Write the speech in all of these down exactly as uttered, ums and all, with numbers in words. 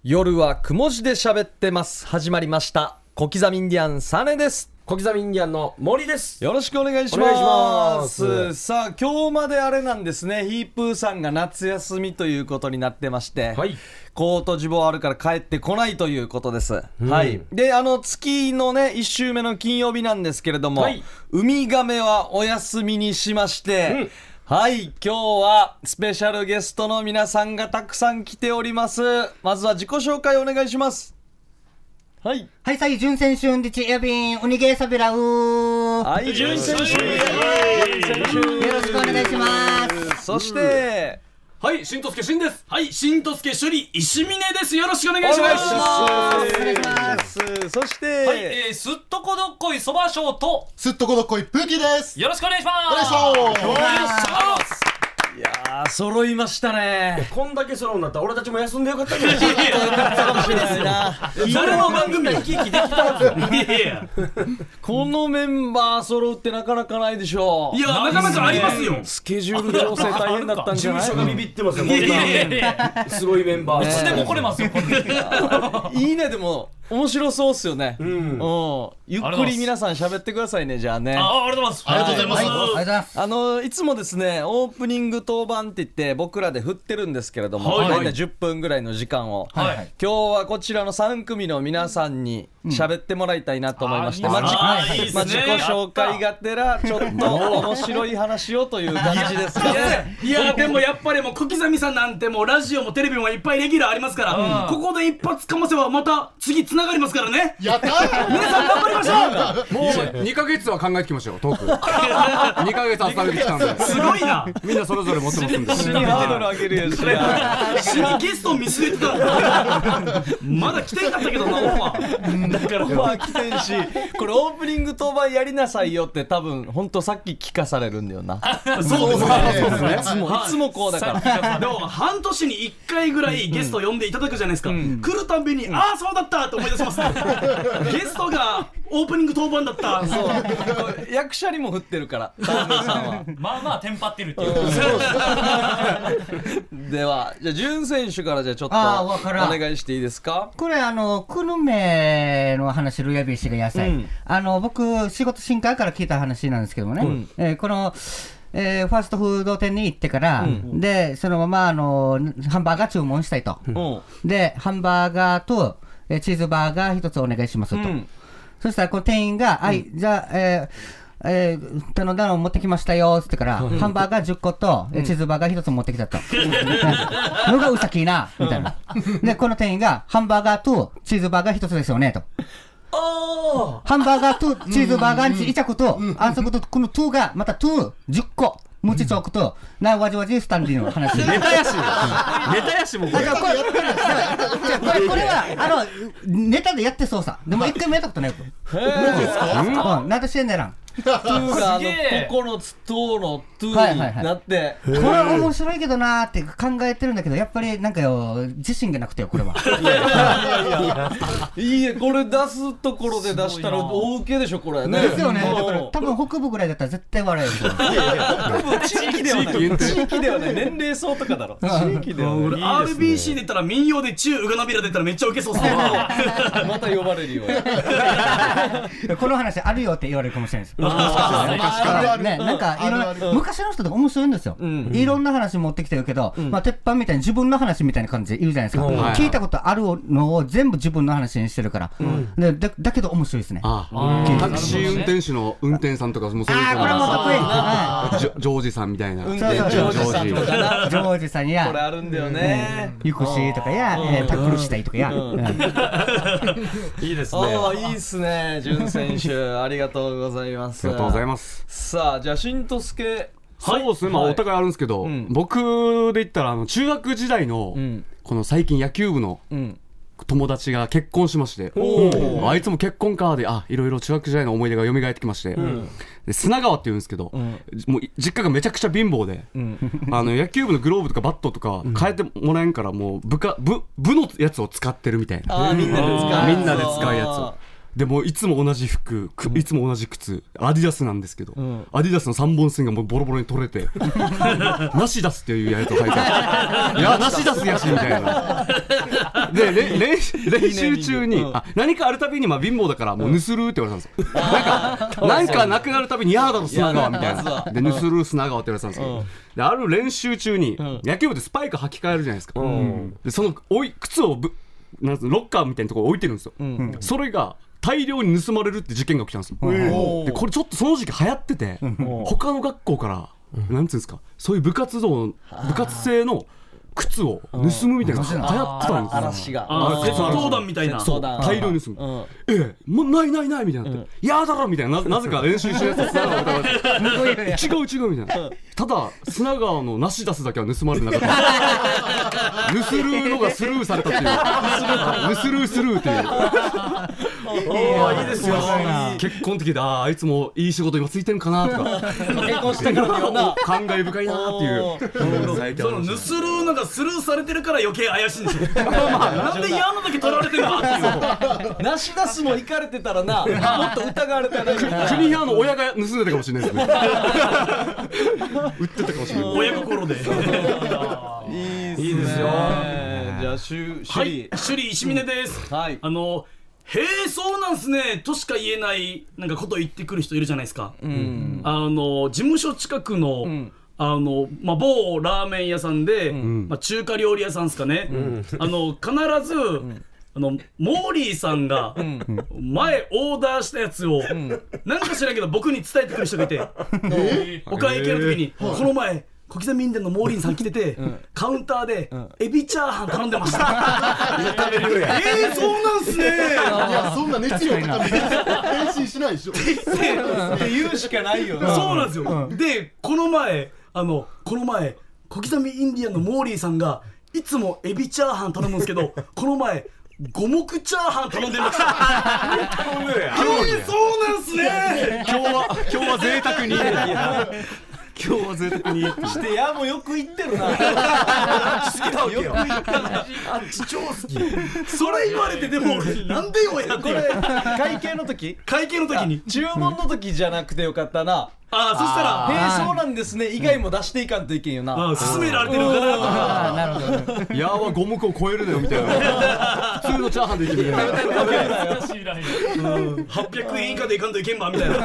夜はくも字で喋ってます。始まりました小刻みインディアンサネです。 小刻みインディアンの森です。 よろしくお願いします。お願いします。さあ今日まであれなんですね、ヒープーさんが夏休みということになってまして、はい、コートジボワールから帰ってこないということです、うん、はい。であの月のねいっ週目の金曜日なんですけれども、はい、ウミガメはお休みにしまして、うん、はい、今日はスペシャルゲストの皆さんがたくさん来ております。まずは自己紹介お願いします。はい。 はい、さい、純選手んでちエビン、ウニゲーサビラウー。 はい、純選手。よろしくお願いします。 そして、 はい、しんとすけしんです。はい、しんとすけ首里石峰です。よろしくお願いします。 お願いします。 そして、 はい、えー、すっとこどっこいそばしょうと、 すっとこどっこいプーキーです。 よろしくお願いします。 お願いします。お願いします。いやー揃いましたね。 こんだけ揃うんだったら俺たちも休んでよかったけど誰の番組生き生きできたんですよ。 このメンバー揃うってなかなかないでしょう。 いやなかなかありますよ。 スケジュール調整大変だったんじゃない。 事務所がビビってますよ。すごいメンバー、 いつでも来れますよ。 いいね。でも面白そうっすよね。うん、ゆっくり皆さん喋ってくださいね。じゃあね。 あ、ありがとうございます。 ありがとうございます。 あのいつもですねオープニング当番って言って僕らで振ってるんですけれども、はい、大体じゅっぷんぐらいの時間を、はい、今日はこちらのさん組の皆さんに喋ってもらいたいなと思いまして、うん、まあ、はい、まあ、自己紹介がてらちょっと面白い話をという感じですね。 いやでもやっぱりもう小刻みさんなんてもうラジオもテレビもいっぱいレギュラーありますから、うん、ここで一発かませばまた次つながりますからね。 やったー。 皆さん頑張りましょう。もうにかげつは考えてきましたよ。トークにかげつ集めてきたんで、 すごいな。 みんなそれぞれ持ってますんで、 死にハードル上げるやつ。死にゲストを見据えてた。まだ来てんかったけどなオファー。 だからオファー来てんし、これオープニング当番やりなさいよって多分本当さっき聞かされるんだよな。 そうですね。 いつもいつもこうだから。 でも半年にいっかいぐらいゲスト呼んでいただくじゃないですか。来るたびにああそうだったと思い出しますね。ゲストがオープニング当番だった。 そう役者にも振ってるからさんはまあまあテンパってるっていう。 ではじゃあ潤選手からじゃあちょっとお願いしていいですか。 これあの久留米の話ルヤビー氏が野菜、うん、あの僕仕事新海から聞いた話なんですけどもね、うん、えー、このえー、ファーストフード店に行ってから、うん、でそのままあのハンバーガー注文したいと、うん、でハンバーガーと、えー、チーズバーガー一つお願いしますと、うん、そしたらこの店員が、うん、はいじゃあ、えーえー、頼んだのを持ってきましたよって言ってから、うん、ハンバーガーじゅっこと、うん、チーズバーガー一つ持ってきたとのがうさきいなみたいな、うん、でこの店員がハンバーガーとチーズバーガー一つですよねと。ハンバーガーとチーズバーガーにい着と安息とこのにがまたにじゅっこムチチョークとなわじわじスタンディの話。 ネタやしネタやしもこれこれこれはあのネタでやってそうさ。でも一回もやったことないよ。 へー、 うん、なんでしてんねらん。 トゥーがあのここのつとのトゥーになって、 これは面白いけどなーって考えてるんだけど、やっぱりなんかよ自信がなくてよこれは。 いやいやいやいいえ、これ出すところで出したら大受けでしょこれね。 ですよね。だから多分北部ぐらいだったら絶対笑える。 北部地域ではない地域ではない年齢層とかだろ。地域ではない。 アールビーシー で言ったら民謡で中ウガナビラで言ったらめっちゃウケそうっすね。 また呼ばれるよ。 この話あるよって言われるかもしれないです。ね、なんかいろんな昔の人とか面白いんですよ、うん、いろんな話持ってきてるけど、うん、まあ、鉄板みたいに自分の話みたいな感じで言うじゃないですか、うん、聞いたことあるのを全部自分の話にしてるから、うん、で だ, だけど面白いですね。 ああ、タクシー運転手の運転さんとかもそういうこれも得意、 はい、ジョージさんみたいな、 運転ジョージさんとかな、 ジョージさんやこれあるんだよね、 ユクシーとかや、えー、タックルしたいとかや、うんうん、 いいですね。 ああ、いいっすね、潤選手ありがとうございます。 ありがとうございます。 さあじゃあしんとすけ、 そうですね、まあ、お互いあるんですけど、うん、僕で言ったらあの中学時代の、うん、この最近野球部の友達が結婚しまして、うん、あいつも結婚かで、あ、いろいろ中学時代の思い出が蘇ってきまして、うん、で砂川って言うんですけど、うん、もう実家がめちゃくちゃ貧乏で、うん、あの野球部のグローブとかバットとか変えてもらえんから、もう部下 部, 部のやつを使ってるみたいな、 あ、みんなで使うみんなで使うやつをでもいつも同じ服、いつも同じ靴、アディダスなんですけど、アディダスのさんぼん線がもうボロボロに取れてナシダスっていうやつを書いてあるいやナシダスやしみたいなでれ練練習中に、あ何かあるたびに、まあ貧乏だからもうヌスルーって言われたんですよ、なんかなんかなくなるたびにやだろ砂川みたいなでヌスルー砂川って言われてたんですよ、である練習中に野球部でスパイク履き替えるじゃないですか、でそのおい靴をぶなんつうのロッカーみたいなところに置いてるんですよ、それが大量に盗まれるって事件が起きたんですよ、でこれちょっとその時期流行ってて、他の学校からなんつうんですか、そういう部活動部活生の靴を盗むみたいなのが流行ってたんですよ。 嵐が窃盗団みたいな。 そう大量に盗む。ええ、もうないないないみたいになって、やだろみたいな、なぜか練習してるやつ砂川が違う違うみたいな。ただ砂川のなし出すだけは盗まれてなかった。盗るのがスルーされたっていう。盗るスルーっていう。 いいですよ。 結婚的で、ああいつもいい仕事今ついてるかなとか、 結婚したからにはな感慨深いなっていう。 その盗るのがスルーされてるから余計怪しいんですよ。なんで矢野だけ取られてるのっていう。 なし出すも行かれてたらな、もっと疑われたら国屋の親が盗んでたかもしれないですね。売ってたかもしれない。 親心で。 いいですよ。じゃあ首里はい首里石峰です。 はい。 あのへえそうなんすねとしか言えないなんかことを言ってくる人いるじゃないですか。あの事務所近くのあのまあ某ラーメン屋さんでまあ中華料理屋さんですかね。あの必ずあのモーリーさんが前オーダーしたやつをなんか知らんけど僕に伝えてくる人がいて、お会計の時にこの前小刻みインデンのモーリーさん来てて、カウンターでエビチャーハン頼んでました。 食べるよや。 えー、そうなんすね。 いやそんな熱量高めて返信しないでしょ。 って言うしかないよな。 そうなんですよ。でこの前あのこの前小刻みインディアンのモーリーさんがいつもエビチャーハン頼むんですけど、この前五目チャーハン頼んでました。 頼むよや。 今日そうなんすね。 今日は今日は贅沢に。今日は贅沢にしてやもよく言ってるな。 好きなわけよ。あっち超好き。 それ言われてでもなんでよやってこれ会計の時会計の時に注文の時じゃなくてよかったな。 ああそしたらへえそうなんですね以外も出していかんといけんよな。 あ勧められてるかなとか。 あーなるほどね。 いやは五目を超えるのよみたいな。普通のチャーハンでいけるみたいな。 はっぴゃくえん以下でいかんといけんばみたいな。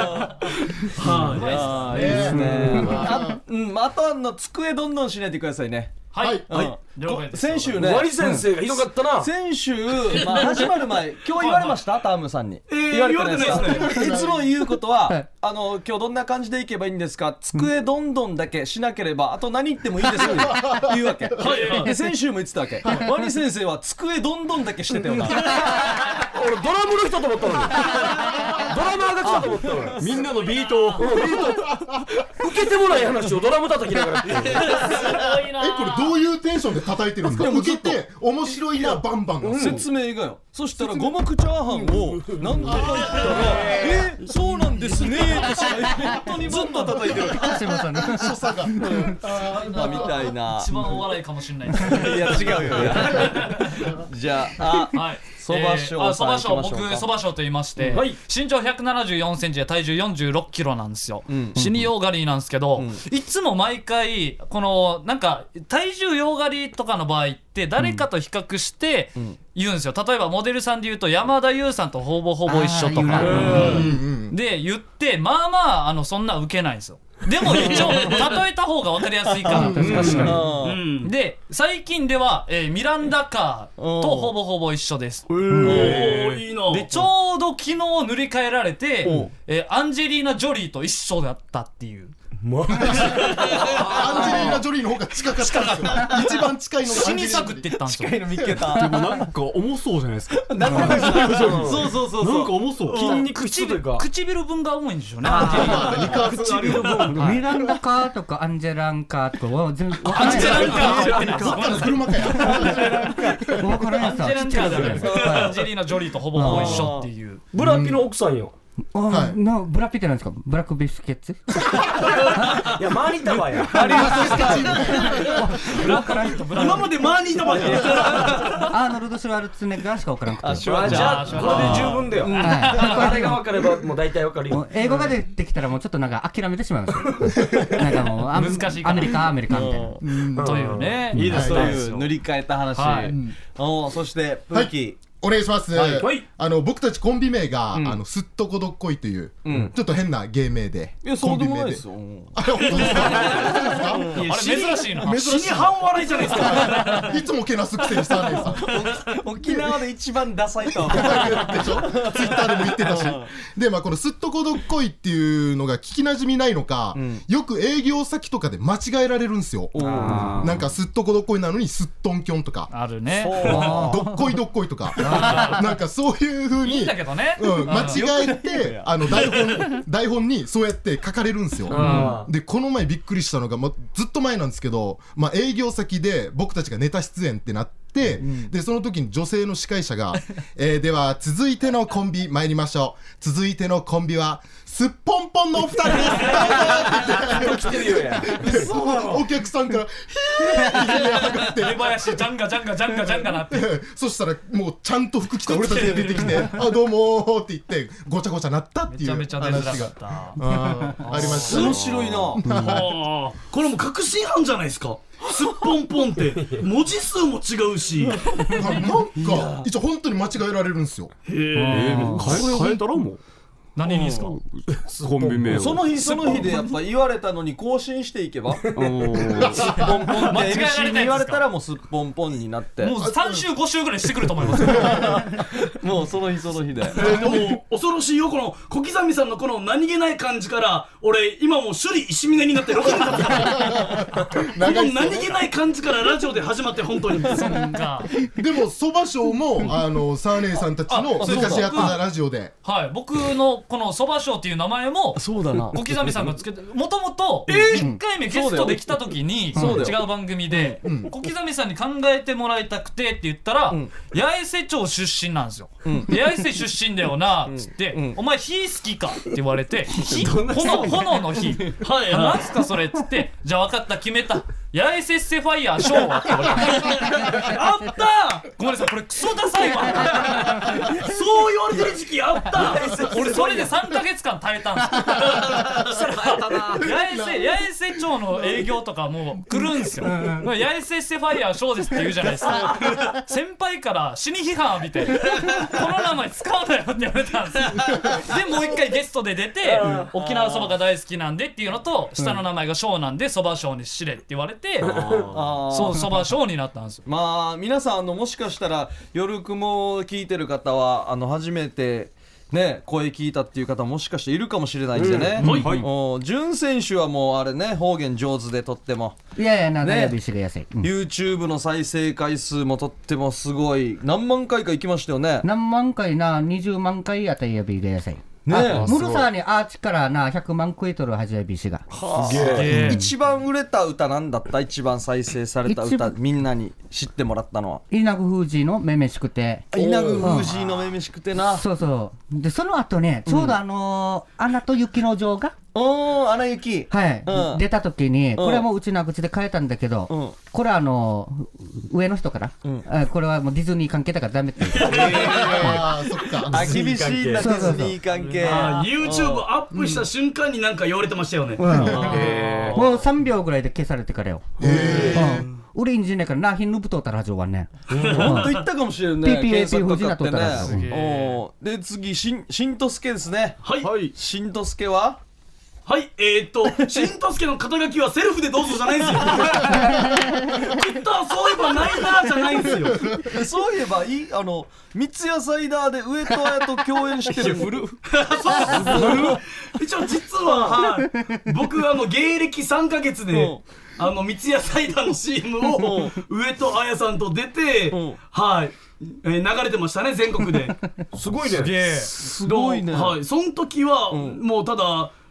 はいいいですね。あうんあとあの机どんどんしないでくださいね。 はいはい先週ねワリ先生がひどかったな。 先週、まあ、始まる前今日言われましたタームさんに、 えー言われてないですか。 言われてないですいつも言うことはあの今日どんな感じでいけばいいんですか、机どんどんだけしなければあと何言ってもいいですよ言うわけで先週も言ってたわけ。ワニ先生は机どんどんだけしてたよな。 俺ドラムの人と思ったのに。ドラマーが来たと思ったのに。 みんなのビートを受けてもない話をドラム叩きながらって。 えこれどういうテンションで叩いてるんですか。受けて面白いなバンバンが説明がよ。そしたら五目チャーハンを何とか言ったらえー、そうなんですねってしか本当にずっと叩いてる所作が今みたいな。 一番お笑いかもしれないです。 いや違うよじゃああはい。 そばしょうえーあそばしょうさん行きましょうか僕そばしょうと言いまして、 はい身長ひゃくななじゅうよんセンチで体重よんじゅうろっキロなんですよ。死によう狩りなんですけど、いつも毎回このなんか体重よう狩りとかの場合って誰かと比較して言うんですよ。例えばモデルさんで言うと山田優さんとほぼほぼ一緒とかで言ってまあまああのそんなウケないんですよ。でも一応例えた方が分かりやすいから確かに。で最近では、えーミランダカーとほぼほぼ一緒です。 おーいいな。 でちょうど昨日塗り替えられて、えーアンジェリーナ・ジョリーと一緒だったっていう。 アンジェリーナ・ジョリーの方が近かったんですよ。一番近いのがア死ンジェリーナ・に探って言ったんですよ。 近いの見つけた。 でもなんか重そうじゃないですか。 そうそうそうなんそうか重そう。 筋肉質というか。 唇分が重いんでしょうね。アンジェリーナのミランダカーとかアンジェランカーとかは全部アンジェランカーは言ってないです。 どっかの車かや。 分からないやつアンジェランカーではないです。アンジェリーナ・ジョリーとほぼほぼ一緒っていう。 ブラピの奥さんよ。 あなブラピってなんですか？ブラックビスケッツ？ いやマーニータバーや。 今までマーニータバーや。 アーノルド・シュワルツェネッガーしか分からなくて。 あじゃあこれで十分だよ。あれが分かればもう大体分かるよ。 英語が出てきたらもうちょっとなんか諦めてしまいますよ。なんかもうあ難しいかアメリカアメリカみたいな。 というね。 いいですとはいいう塗り替えた話。おそしてプーキー。 お願いします、 はいはい、 あの僕たちコンビ名が、 うん、 あのすっとこどっこいという、 うん、 ちょっと変な芸名でいやそうでもないですよ。 あれ本当ですか？ あれ珍しいな。 死に半笑いじゃないですか。 いつもけなすくせにサーネーさん沖縄で一番ダサいと思うでしょ。ツイッターでも言ってたしで、まあ、このすっとこどっこいっていうのが聞きなじみないのか、うん、よく営業先とかで間違えられるんですよ。なんかすっとこどっこいなのにすっとんきょんとかあるね。 どっこいどっこいとかなんかそういう風にいいんだけどね、 うん、間違えてあの台本台本にそうやって書かれるんですよ。でこの前びっくりしたのが、ま、ずっと前なんですけど、まあ、営業先で僕たちがネタ出演ってなって、うん、でその時に女性の司会者が、えー、では続いてのコンビ参りましょう。続いてのコンビはすっぽんぽんのお二人です来てるよやお客さんから出囃子ジャンガジャンガジャンガジャンガなってそしたらもうちゃんと服着た俺たちが出てきてあどうもーって言ってごちゃごちゃなったっていう話がめちゃめちゃ出づらかったありました。 面白いな。 これも確信犯じゃないですか。すっぽんぽんって文字数も違うしなんか一応本当に間違えられるんですよ。 へえ変えたらもう何にですか？ コンビ名をその日その日でやっぱ言われたのに更新していけばすっぽんぽんって エムシー に言われたらもうすっぽんぽんになってもうさん週ご週ぐらいしてくると思いますよもうその日その日で、 えー、でも恐ろしいよ。この小刻みさんのこの何気ない感じから俺今もう首里石峰になってロケになってるこの何気ない感じからラジオで始まって本当にそんかでもそばショーもあのサーネーさんたちの昔やってたラジオではい僕のこのそばショーっていう名前もそうだな小刻みさんがつけてもともといっかいめゲストで来た時に違う番組で小刻みさんに考えてもらいたくてって言ったら八重瀬町出身なんですよ。八重瀬出身だよなっつってお前火好きかって言われて火炎の火はい何すかそれっつってじゃあ分かった決めた八重瀬ッセファイヤーショーはって言われてあったごめんなさいこれクソダサいわそう言われてる時期あった俺それでさんかげつかん耐えたんですよそしたら八重瀬八重瀬町の営業とかもう来るんですよ八重瀬ッセファイヤーショーですって言うじゃないですか先輩から死に批判浴びてこの名前使うなよって言われたんですよでもう一回ゲストで出て沖縄そばが大好きなんでっていうのと下の名前がショーなんでそばショーにしれって言われてそうそばショーになったんですよ。 まあ皆さんあのもしかしたら夜雲聞いてる方はあの初めてね声聞いたっていう方もしかしているかもしれないんでね。お潤選手はもうあれね方言上手でとってもいやいや長呼びしてください、うん、 YouTube の再生回数もとってもすごい何万回か行きましたよね。 何万回なにじゅうまん回あたり呼びくださいねえムルサーにアーチからなひゃくまん超えとるはじめびしがすげえ一番売れた歌なんだった一番再生された歌みんなに知ってもらったのは稲具封じのめめしくて稲具封じのめめしくてなそうそうでその後ねちょうどあのー、アナと雪の女王がおーアナ雪はい、うん、出た時にこれはもううちの口で変えたんだけど、うん、これはあのー、上の人から、うん、あこれはもうディズニー関係だからダメって言う、えー、 あそっかあ厳しいんだディズニー関係あ YouTube アップした瞬間になんか言われてましたよね、うん、 えー、もうさんびょうぐらいで消されてからよえー、うん売れんじゃねえからなひんぬぶとったらはじょわんねほんと言ったかもしれんねピーピーエーピー 富士なとったらで次しんしんとすけですねはいしんとすけははいえー、っとしんとすけの肩書きはセルフでどうぞじゃないんですよきっとそういえばないなじゃないんですよそういえばいいあの三ツ矢サイダーで上戸彩と共演してるフルそう一応実は、はい、僕あの芸歴さんかげつであの三ツ矢サイダーの シーエム を上戸彩さんと出てはい、えー、流れてましたね全国ですごいねすごいねはいその時は、うん、もうただ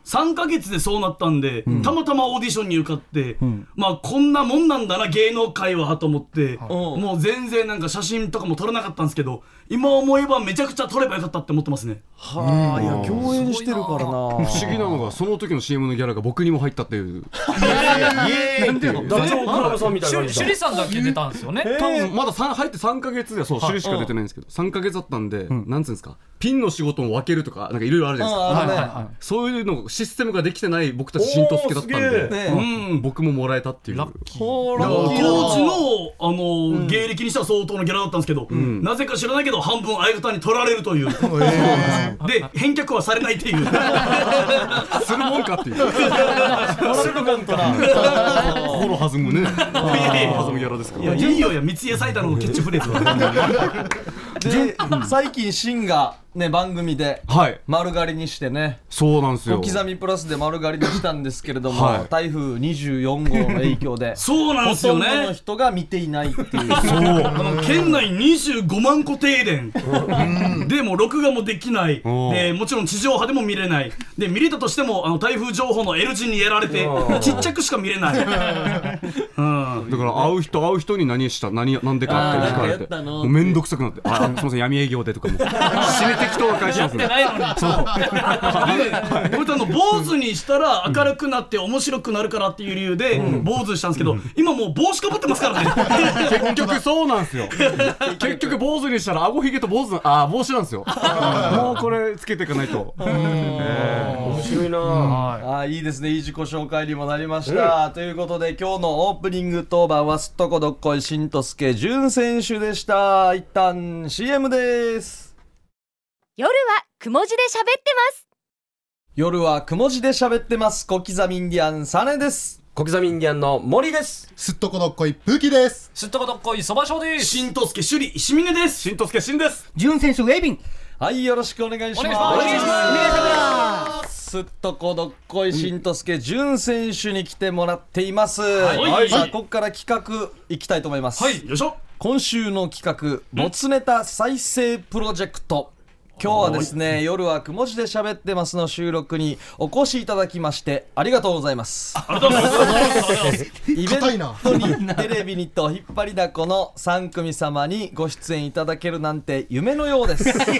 さんかげつでそうなったんで、うん、たまたまオーディションに受かって、うん、まあこんなもんなんだな芸能界はと思って、はい、もう全然なんか写真とかも撮らなかったんですけど、今思えばめちゃくちゃ撮ればよかったって思ってますね。 はあ、いや共演してるからな。不思議なのがその時の シーエム のギャラが僕にも入ったっていう。 なんでダチョウ倶楽部さんみたいな感じだ。 趣里さんだけ出たんですよね。 多分まだ入ってさんかげつで、そう趣里しか出てないんですけど、さんかげつだったんで、なんつうんですか、ピンの仕事を分けるとかなんかいろいろあるじゃないですか。そういうのシステムができてない僕たち新とすけだったんで、うん、僕ももらえたっていう。ラッキー。 当時のあの芸歴にしては相当のギャラだったんですけど、なぜか知らないけど半分相方に取られるという。で返却はされないっていう。 するもんかっていう。するもんかな。心弾むね。弾むギャラですから。 いやいいよや三ツ矢サイダーのキャッチフレーズは。 で最近シンがね番組で丸刈りにしてね、 そうなんですよ。 小刻みプラスで丸刈りにしたんですけれども、はい、台風にじゅうよんごうの影響でそうなんですよね。 ほとんどの人が見ていないっていう。そうあの県内にじゅうごまんこ停電でもう録画もできないで、もちろん地上波でも見れないで、見れたとしてもあの台風情報の L 字にやられてちっちゃくしか見れない。うん、だから会う人会う人に何した何なんでかって聞かれて、もうめんどくさくなって、あすみません闇営業でとかも締め適当な会社ですね。 やってないのに。そう。 でこれあの坊主にしたら明るくなって面白くなるからっていう理由で坊主したんですけど、今もう帽子かぶってますからね。 結局そうなんですよ。結局坊主にしたら顎ひげと坊主あ帽子なんですよ。もうこれつけていかないと。 面白いな。 ああいいですね。いい自己紹介にもなりました。ということで今日のオープニング当番はすっとこどっこいしんとすけ潤選手でした。一旦 シーエム です。 夜はくも字で喋ってます。 夜はくも字で喋ってます。小刻みインディアンサネです。 小刻みインディアンの森です。 すっとこどっこいプーキです。 すっとこどっこいそばしょうです。 しんとすけ首里石峰です。 しんとすけしんです。 潤選手ウェイビン。 はいよろしくお願いします。 お願いします。 すっとこどっこいしんとすけ潤選手に来てもらっています。 はい、 はい、さあ、 はい、 ここから企画いきたいと思います。 はい、よいしょ。 今週の企画もつネタ再生プロジェクト、今日はですね夜はくも字で喋ってますの収録にお越しいただきましてありがとうございます。 ありがとうございます。 イベントにテレビにと引っ張りだこのさん組様にご出演いただけるなんて夢のようです。 見て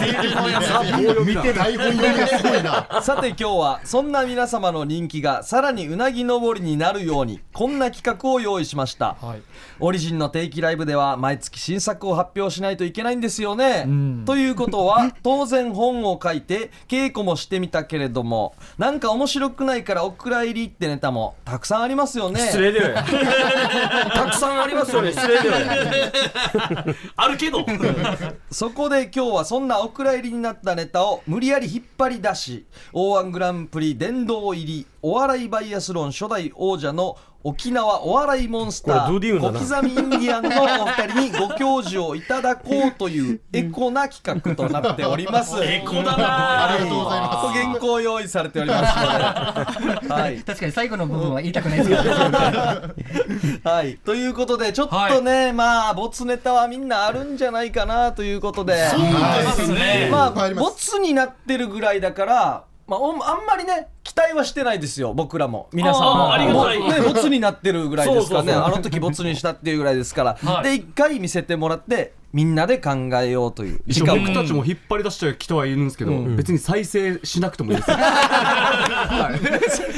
台本読みがすごいな。 さて今日はそんな皆様の人気がさらにうなぎ登りになるようにこんな企画を用意しました、はい、オリジンの定期ライブでは毎月新作を発表しないといけないんですよね。ということは当然本を書いて稽古もしてみたけれどもなんか面白くないからお蔵入りってネタもたくさんありますよね。 失礼だよ。たくさんありますよね。失礼だよ。 あるけどそこで今日はそんなお蔵入りになったネタを無理やり引っ張り出し オーワン グランプリ殿堂入りお笑いバイアスロン初代王者の沖縄お笑いモンスター小刻みインディアンのお二人にご教授をいただこうというエコな企画となっております。 エコだな。 ありがとうございます。 原稿用意されておりますので、はい、 確かに最後の部分は言いたくないですけど、 はい、ということでちょっとね、はい、まあボツネタはみんなあるんじゃないかなということで、 そうですね、 まあボツになってるぐらいだからまあ、あんまりね期待はしてないですよ僕らも皆さんも。 ありがたいねボツになってるぐらいですからね。あの時ボツにしたっていうぐらいですから、はい、で一回見せてもらってみんなで考えようという時間。僕たちも引っ張り出してきてはいるんですけど、うん、別に再生しなくてもいいです。はい、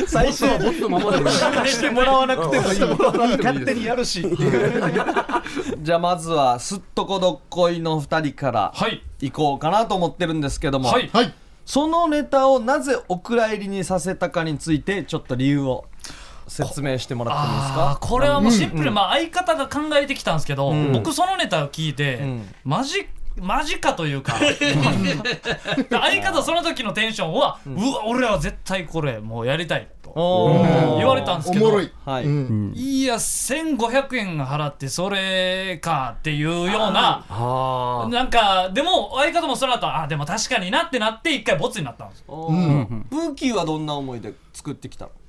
再生はボツのままでもしてもらわなくてもいい。勝手にやるし。じゃあまずはすっとこどっこいのふたりからいこうかなと思ってるんですけども、 はいはい、 そのネタをなぜお蔵入りにさせたかについてちょっと理由を説明してもらってもいいですか。 これはもうシンプル、うん、まあ相方が考えてきたんですけど、うん、僕そのネタを聞いて、うん、マジマジかというか相方その時のテンションは、うん、うわ俺は絶対これもうやりたいと言われたんですけど、 おもろい、 はい、うん、いやせんごひゃくえん払ってそれかっていうような、なんかでも相方もその後あでも確かになってなって一回ボツになったんですよ。 うん、ブーキーはどんな思いで作ってきたの？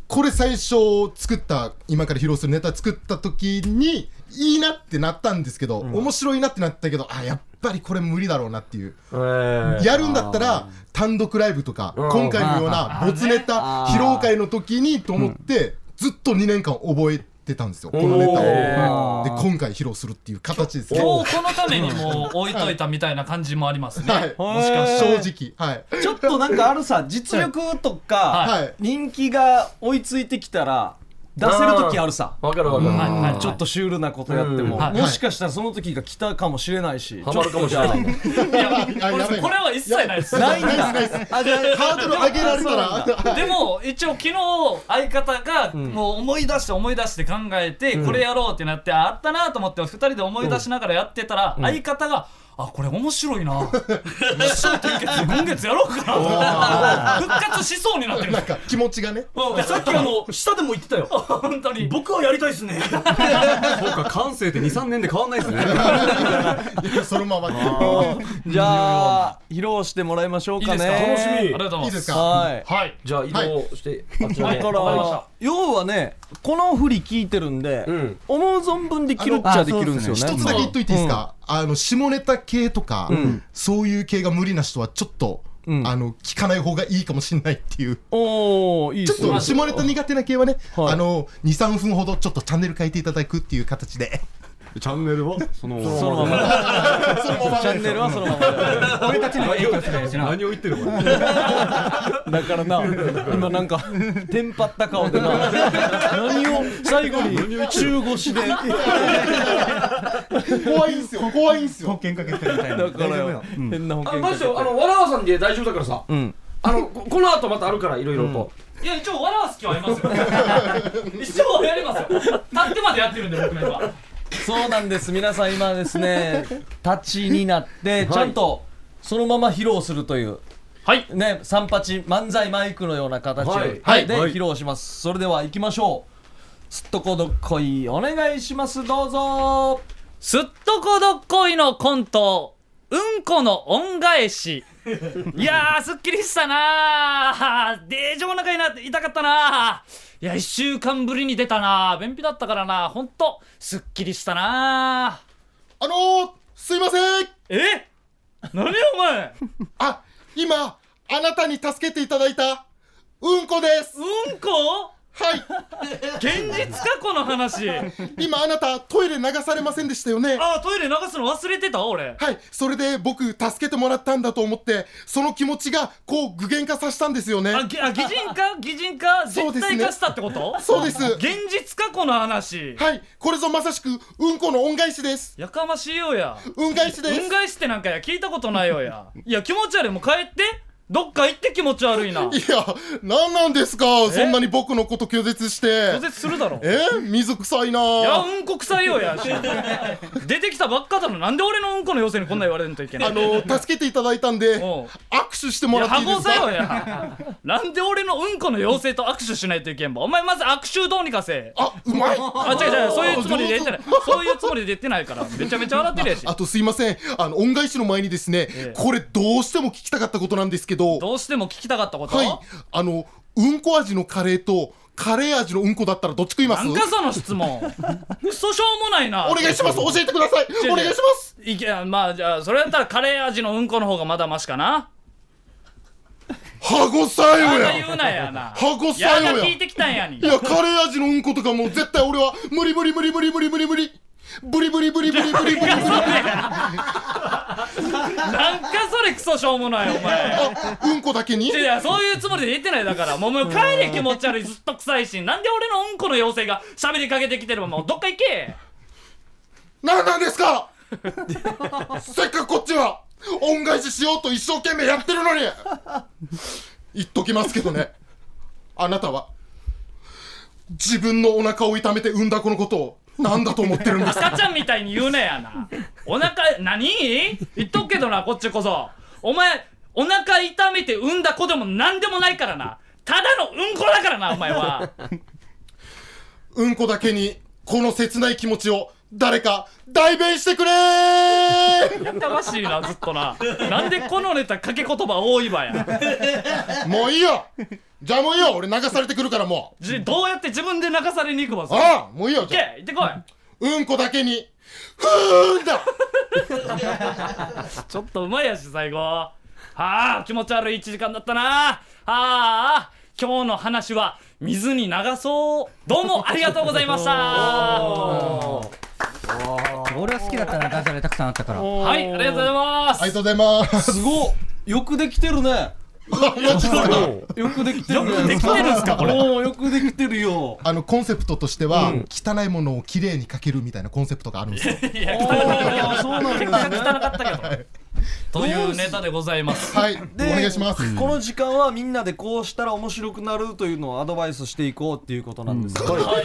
これ最初作った今から披露するネタ作った時にいいなってなったんですけど、うん、面白いなってなったけど、あやっぱりこれ無理だろうなっていう、えー、やるんだったら単独ライブとか、うん、今回のような没ネタ披露会の時にと思って、うん、ずっとにねんかん覚えててたんですよ、このネタを。で今回披露するっていう形ですね。 今日このためにもう置いといたみたいな感じもありますね、 はい、もしかして正直、はい、 ちょっとなんかあるさ実力とか、はい、人気が追いついてきたら出せる時あるさ。 わかるわかる、 はいはい、ちょっとシュールなことやっても、はい、もしかしたらその時が来たかもしれないし、 ハマるかもしれない。いやこれ、これは一切ないです。 ないんだ。 あ、じゃあハードル上げられたら。 でも一応昨日相方がもう思い出して思い出して考えて、これやろうってなって、あったなと思ってふたりで思い出しながらやってたら、相方があ、これ面白いな一生転結今月やろうかな復活しそうになってる。 なんか気持ちがね、 さっきあの下でも言ってたよ本当に僕はやりたいっすねそうか、感性って にさんねんで変わんないですねそのままじゃあ披露してもらいましょうかね。 楽しみ。ありがとうございます。 いいですか。 はい、 はい、 じゃあ移動して、 はい、だから要はね、この振り聞いてるんで、うん、思う存分できるっちゃできるんですよね。 一つだけ言っといていいですか、うん、あの下ネタ系とか、うん、そういう系が無理な人はちょっと、うん、あの聞かない方がいいかもしれないっていう。 おー、いいですね。 ちょっと下ネタ苦手な系はね、はい、あの にさんぷんほどちょっとチャンネル変えていただくっていう形で。 チャンネルはそのそのままチャンネルはそのまま俺たちの影響しないしな。 何を言ってるのだからな、今なんかテンパった顔でな、何を最後に中腰で怖いんすよ、怖いんすよ。 保険かけてるみたいな。 だからよ、変な保険かけて。 あのわらわさんで大丈夫だからさ、あのこの後またあるからいろいろと。 いや一応笑わす気はありますよ一応やりますよ。立ってまでやってるんで僕なんか。 そうなんです。皆さん今ですね立ちになってちゃんとそのまま披露するという、 はいね、三八漫才マイクのような形で、 はいはい、で披露します。それでは行きましょう。すっとこどっこいお願いします。どうぞ。 すっとこどっこいのコント、うんこの恩返し。いやーすっきりしたなー。でーじょお腹になって痛かったなー。いやいっしゅうかんぶりに出たな。便秘だったからな、ほんとすっきりしたな。 あのー、すいません。 え何お前あ、今あなたに助けていただいたうんこです。 うんこ？ はい。 現実かこの話。 今あなたトイレ流されませんでしたよね。 ああ、トイレ流すの忘れてた俺。 はい、それで僕助けてもらったんだと思って、その気持ちがこう具現化させたんですよね。 あ、ぎあ擬人化擬人化絶対化したってこと？ そうです。 現実かこの話。 はい、これぞまさしくうんこの恩返しです。 やかましいよや。 恩返しです。 恩返しってなんかや聞いたことないよや。いや気持ち悪い、もう帰ってどっか行って気持ち悪いな。いや、なんなんですか、そんなに僕のこと拒絶して。 拒絶するだろ。 え水臭いな。 いや、うんこ臭いよや。出てきたばっかだろ。なんで俺のうんこの妖精にこんな言われるといけない。 あの助けていただいたんで握手してもらっていいですか。 いや、はごさよや。なんで俺のうんこの妖精と握手しないといけんば。お前まず握手どうにかせ。 あ、うまい。 あ、違う違う、そういうつもりで言ってない。そういうつもりで言ってないから。めちゃめちゃ笑ってるやし。 あとすいません、あの恩返しの前にですね、ええ、これどうしても聞きたかったことなんですけど。 どうしても聞きたかったこと？ はい、あのうんこ味のカレーとカレー味のうんこだったらどっち食います？ なんかその質問クソしょうもないな。 お願いします、教えてください。お願いします。 いけ、まあじゃあそれやったらカレー味のうんこの方がまだマシかな。 歯ごさよや。 言うなやな。 歯ごさよや。 やが聞いてきたんやに。 いや、カレー味のうんことかもう絶対俺は無理無理無理無理無理無理無理ブリブリブリブリブリブリブリ。なんかそれクソしょうもないお前。 あ、うんこだけに？ いや、そういうつもりで言ってない。だからもうもう帰れ、気持ち悪い、ずっと臭いし。なんで俺のうんこの妖精が喋りかけてきてるの。もうどっか行け。 なんなんですかせっかくこっちは恩返ししようと一生懸命やってるのに。言っときますけどね、あなたは自分のお腹を痛めて産んだ子のことをなんだと思ってるんですか。 赤ちゃんみたいに言うなやな。お腹何言っとくけどな、こっちこそ。お前お腹痛めて産んだ子でも何でもないからな。ただのうんこだからなお前は。 うんこだけにこの切ない気持ちを誰か代弁してくれー。 やかましいなずっとな。なんでこのネタ掛け言葉多いわや。 もういいよ。じゃあもういいよ。俺流されてくるからもう。 じどうやって自分で流されに行くわ。 ああもういいよ。 じゃあ行ってこい。 うんこだけにふーんだ。 ちょっとうまいやし最後。はあ気持ち悪いいちじかんだったな。はあ今日の話は水に流そう。どうもありがとうございました。 俺は好きだったな、ダジャレたくさんあったから。 はい、ありがとうございます。 ありがとうございます。 すごっ、よくできてるね。よくできてるね。 よくできてるんすかこれ。 おー、よくできてるよ。 あのコンセプトとしては、汚いものをきれいにかけるみたいなコンセプトがあるんですよ。 いや汚かったけど。 あーそうなんですね結果汚かったけど。というネタでございます。 はい、 でお願いします。 この時間はみんなでこうしたら面白くなるというのをアドバイスしていこうっていうことなんです。これこ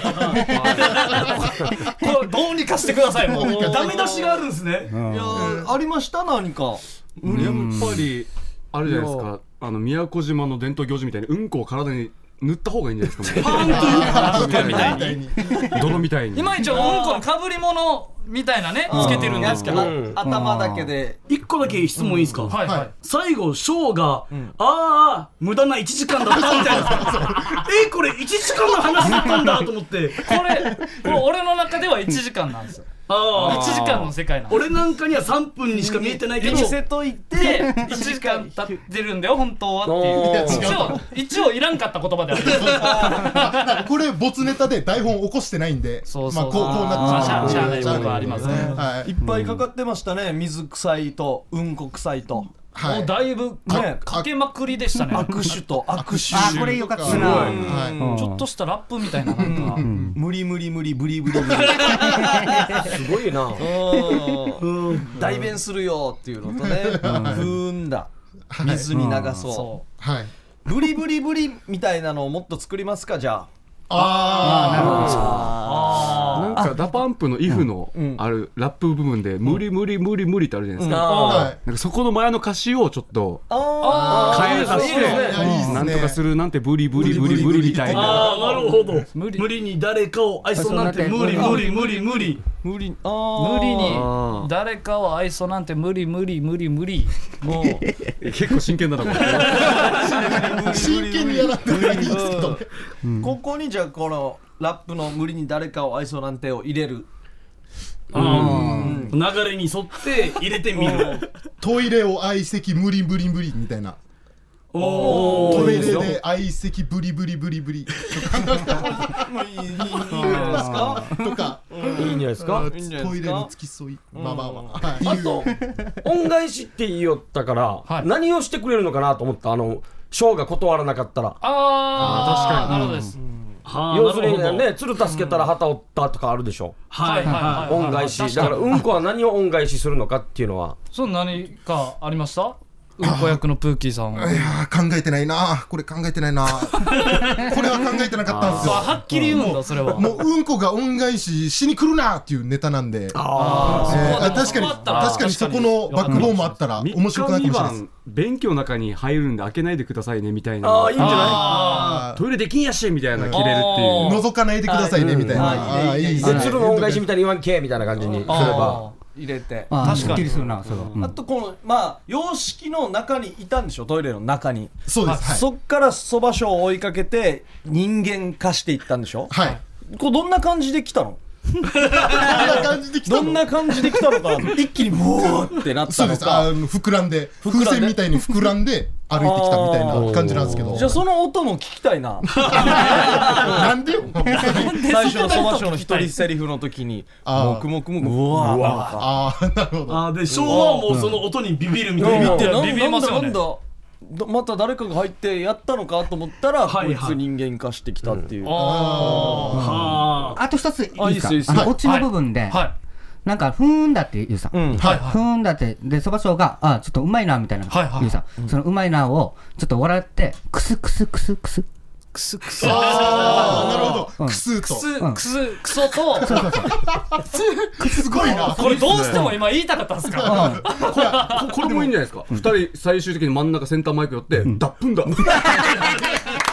れどうにかしてください。もうダメ出しがあるんですね。 いやーありました何か。 やっぱりあるじゃないですか、あの宮古島の伝統行事みたいにうんこを体に塗った方がいいんじゃないですか。 パンというかみたいに。 泥みたいに。 今一応うんこのかぶり物みたいなねつけてるんですけど。 頭だけで。 一個だけ質問いいですか。 はいはい。 最後ショーがああ無駄ないちじかんだったみたいな。えこれいちじかんの話だったんだと思って。 これこれ俺の中ではいちじかんなんですよ。 あいちじかんの世界なんです。 俺なんかにはさんぷんにしか見えてないけど、 見せといてでいちじかん経ってるんだよ本当はっていう。一応一応いらんかった言葉である。 これ没ネタで台本起こしてないんで、 そうそうそうまあこうこうなっちゃう。 まあしゃあない部分はありますね。 はいいっぱいかかってましたね。水臭いとうんこ臭いと。 はいもうだいぶねかけまくりでしたね。 握手と握手。 あーこれよかったな。 はいちょっとしたラップみたいななんか。 無理無理無理ブリブリブリ。 すごいな。 うん代弁するよっていうのとね。ふーんだ。水に流そ。 そうはい。 ブリブリブリみたいなのをもっと作りますかじゃあ。 あなるほど。 なんかダパンプのイフのあるラップ部分で無理無理無理無理ってあるじゃないですか。 あ。はい。 なんかそこの前の歌詞をちょっとあ変え出しいいですねいいですねて、なんとかするなんてブリブリブリブリみたいな。 ああなるほど。 無理無理に誰かを愛そうなんて無理無理無理無理。 無理。あー無理にあー誰かを愛想なんて無理無理無理無理。もう結構真剣だなこれ。 真剣にやらってないんですけど。 ここにじゃあこのラップの無理に誰かを愛そうなんてを入れる。 うん流れに沿って入れてみる。 トイレを相席無理無理無理みたいな。 おトイレーで相席ブリブリブリブリもういいいいいいんですか。 とか、 いいんじゃないですか。 いいんじゃないですかトイレの付き添い、まあまあまあ、はい、 あと恩返しって言いよったから、 はい何をしてくれるのかなと思った。あのショーが断らなかったら、 ああ確かになるほどです。 はあ要するになるほどね、鶴助けたら旗折ったとかあるでしょ。 はいはいはい。 恩返しだから、うんこは何を恩返しするのかっていうのは。 その何かありました？うんこ役のプーキーさんは。 いやー考えてないな、これ考えてないなこれは考えてなかったんですよ。 はっきり言うんだそれは。 もううんこが恩返ししに来るなっていうネタなんで、 あえーーあ確かにそこあったら確かにそこのバックボーンもあったら面白くなるかもしれないです。 勉強の中に入るんで開けないでくださいねみたいな。 ああいいんじゃない。 あトイレできんやしみたいな切れるっていう。 ー覗かないでくださいねみたいな。 ああーいいですね。 で鶴の恩返しみたいに言わんけみたいな感じにすれば。 入れて。 あー確かにすっきりするなそれは。うんあとこのまあ洋式の中にいたんでしょ、トイレの中に。 そうです。はいそっからそば賞を追いかけて人間化していったんでしょ。 はい。 こうどんな感じで来たの？ こんな感じで来たの。 どんな感じで来たのかな。一気にブーってなったのそうです。あか。 の膨らんで膨らんで風船みたいに膨らんで歩いてきたみたいな感じなんですけど。 じゃあその音も聞きたいな。 なんでよ。 最初のそば賞の一人セリフの時にあーもくもくもくうわーなのか。 ああなるほど。 あーで昭和はもうその音にビビるみたいな。 ビビってなんビビりますよねなんだなんだどまた誰かが入ってやったのかと思ったら、 はいはいこいつ人間化してきたっていう。 あはあ。 あと一ついいあいいでですすよいいですよか。あのオチの部分であはいなんかふーんだって言うさ。 うんはいふーんだってでそば賞があちょっとうまいなみたいなはいはい言うさ。そのうまいなをちょっと笑ってクスクスクスクス。 クスクスああなるほど。クスと。 クスクスクソとすごいな。 これどうしても今言いたかったんですか？ ここれもいいんじゃないですか。二人最終的に真ん中センターマイク寄って脱粉だ。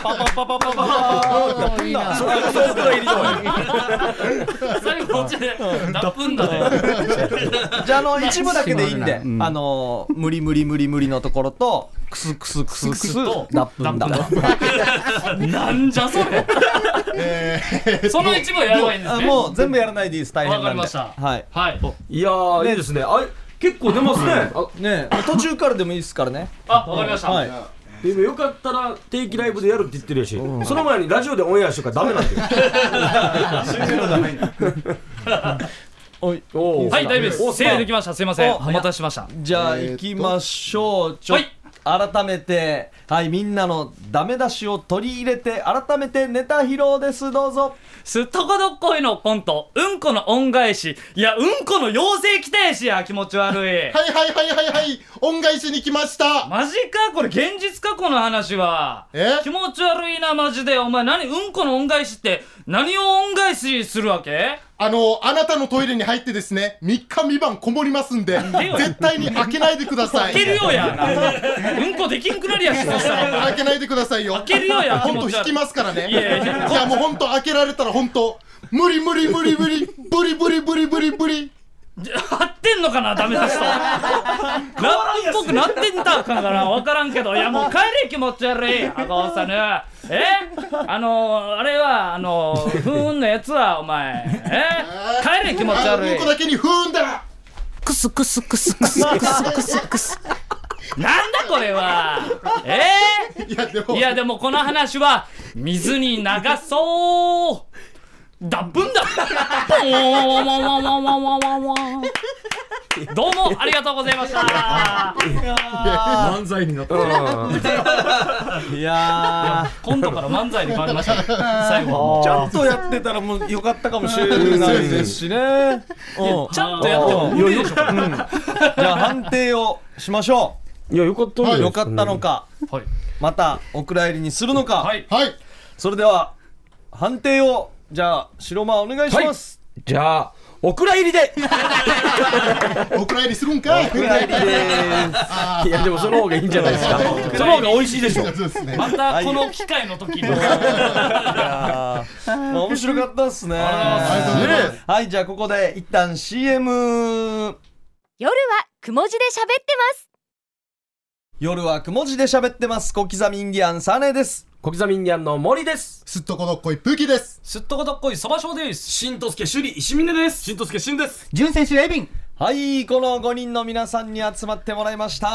パパパパパパいいな。 それこそお蔵入りだよ。 最後こっちでダプンだね。 じゃあ、あの一部だけでいいんで、 うんあの無理無理無理無理のところとクスクスクスクスとダップンだ。 なんじゃそれ。 えーその一部やればいいんですあね。 もう全部やらないでいいです。大変なんで。 わかりましたはい。 はい。 いやーいいですね。あ結構出ますね。あねえ、途中からでもいいですからね。 あ、わかりました。 はい。 でもよかったら定期ライブでやるって言ってるやし、その前にラジオでオンエアしとかダメなんだよ。 おい。 おーはい、大丈夫です。整理できました。すいません。 おお待たせしました。 じゃあ行きましょう。ちょはい改めて、はい、みんなのダメ出しを取り入れて、改めてネタ披露です。どうぞ。 すっとこどっこいのコント、うんこの恩返し。いや、うんこの妖精来たやしや、気持ち悪い。 はいはいはいはいはい恩返しに来ましたマジかこれ現実かこの話は。 え気持ち悪いなマジで。お前何うんこの恩返しって何を恩返しするわけ？ あのあなたのトイレに入ってですねみっかみばんこもりますんで絶対に開けないでください開けるよやな。うんこできんくなりやしそしたら。 開けないでくださいよ開けるよや本気持ち悪い当引きますからねいやいやいやもう本当開けられたら本当無理無理無理無理ブリブリブリブリブリ張ってんのかなダメだしと。ラップっぽくなってんだかなわからんけど。いやもう帰れ気持ち悪い。赤尾さんね。えあのー、あれはあのー、ふーんのやつはお前え帰れ気持ち悪い。 うんこだけに不運だクスクスクスクスクスクスクス。なんだこれは。えいやでもいやでもこの話は水に流そう。ダップンだ。ポンワンワンワンワンワンワンワンワンワン。どうもありがとうございました。 漫才になったいや今度から漫才に変わりましたね。最後ー、ちゃんとやってたらもうよかったかもしれないですしね。うんちゃんとやっても無理でしょ。 じゃあ判定をしましょいやよかったう。 よよかったのか、 はいまたお蔵入りにするのか。 はい。 はいそれでは判定をじゃあ白間お願いします。 じゃあお蔵入りで。 お蔵入りするんかいお蔵入りでいやでもその方がいいんじゃないですか。その方が美味しいでしょ。 そうですねまたこの機会の時の。 す。まあ面白かったっすね。 ありがとうございますはい、じゃあここで一旦 シーエム。 夜はくも字で喋ってます。 夜はくも字で喋ってます。小刻みインディアンサネです。 小刻みインディアンの森です。 すっとこどっこいプキですすっとこどっこいそばしょうです。 しんとすけ首里石峰です。しんとすけしんです。 純選手エビン。 はい、このごにんの皆さんに集まってもらいました。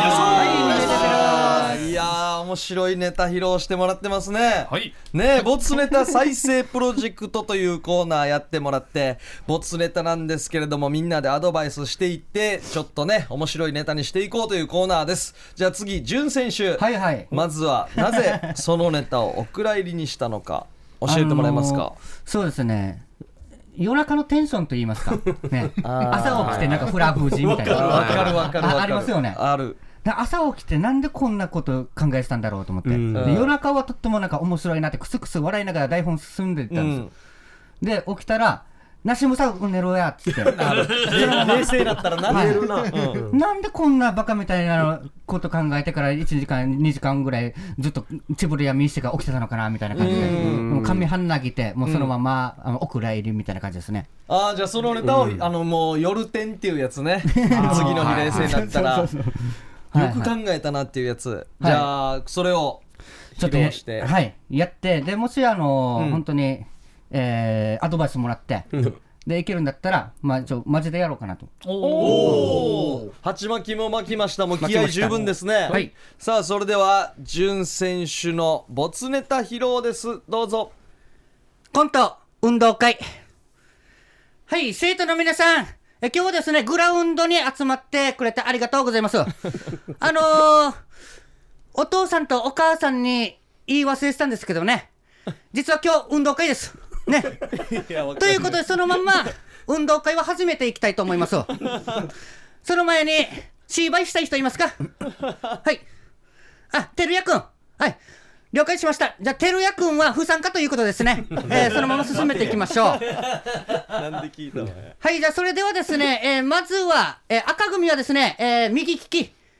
はいいやー、面白いネタ披露してもらってますね。 はい。 ねえ、ボツネタ再生プロジェクトというコーナーやってもらって、ボツネタなんですけれども、みんなでアドバイスしていって、ちょっとね、面白いネタにしていこうというコーナーです。じゃあ次、潤選手。 はいはい。 まずは、なぜそのネタをお蔵入りにしたのか、教えてもらえますか。 あのーそうですね。夜中のテンションと言いますか。ね。 あー朝起きてなんかフラフージみたいな。 わかるわかるわかる。 あありますよね。 ある。 で朝起きてなんでこんなこと考えてたんだろうと思って、 うんで夜中はとってもなんか面白いなってクスクス笑いながら台本進んでいったんですよ、で起きたらなしむさ寝ろやっつって冷静だったらな。 はいるな。 なんでこんなバカみたいなこと考えてからいちじかんにじかんぐらいずっとちぶりやみしてから起きてたのかなみたいな感じで、もう髪はんなぎてもうそのまま、あのお蔵入りみたいな感じですね。 ああ、じゃあそのネタを、あのもう夜天っていうやつね。次の日冷静になったら。よく考えたなっていうやつ。じゃあそれをちょっと披露して。 はいやってでもしあの、 うん本当に、えーアドバイスもらって、でいけるんだったらまあちょマジでやろうかなと。 おお、鉢巻きも巻きました。もう気合十分ですね。 はい。 さあそれでは潤選手のボツネタ披露です。どうぞ。 コント運動会。はい生徒の皆さん、え今日はですねグラウンドに集まってくれてありがとうございます。あのー、お父さんとお母さんに言い忘れてたんですけどね、実は今日運動会ですね。ということでそのまんま運動会は始めていきたいと思います。その前に芝居したい人いますか？はいあ、てるやくん、はい了解しました。じゃあてるやくんは不参加ということですね、えー、そのまま進めていきましょう。 なんで聞いたの？ はい、じゃあそれではですね、えー、まずは、えー、赤組はですね、えー、右利き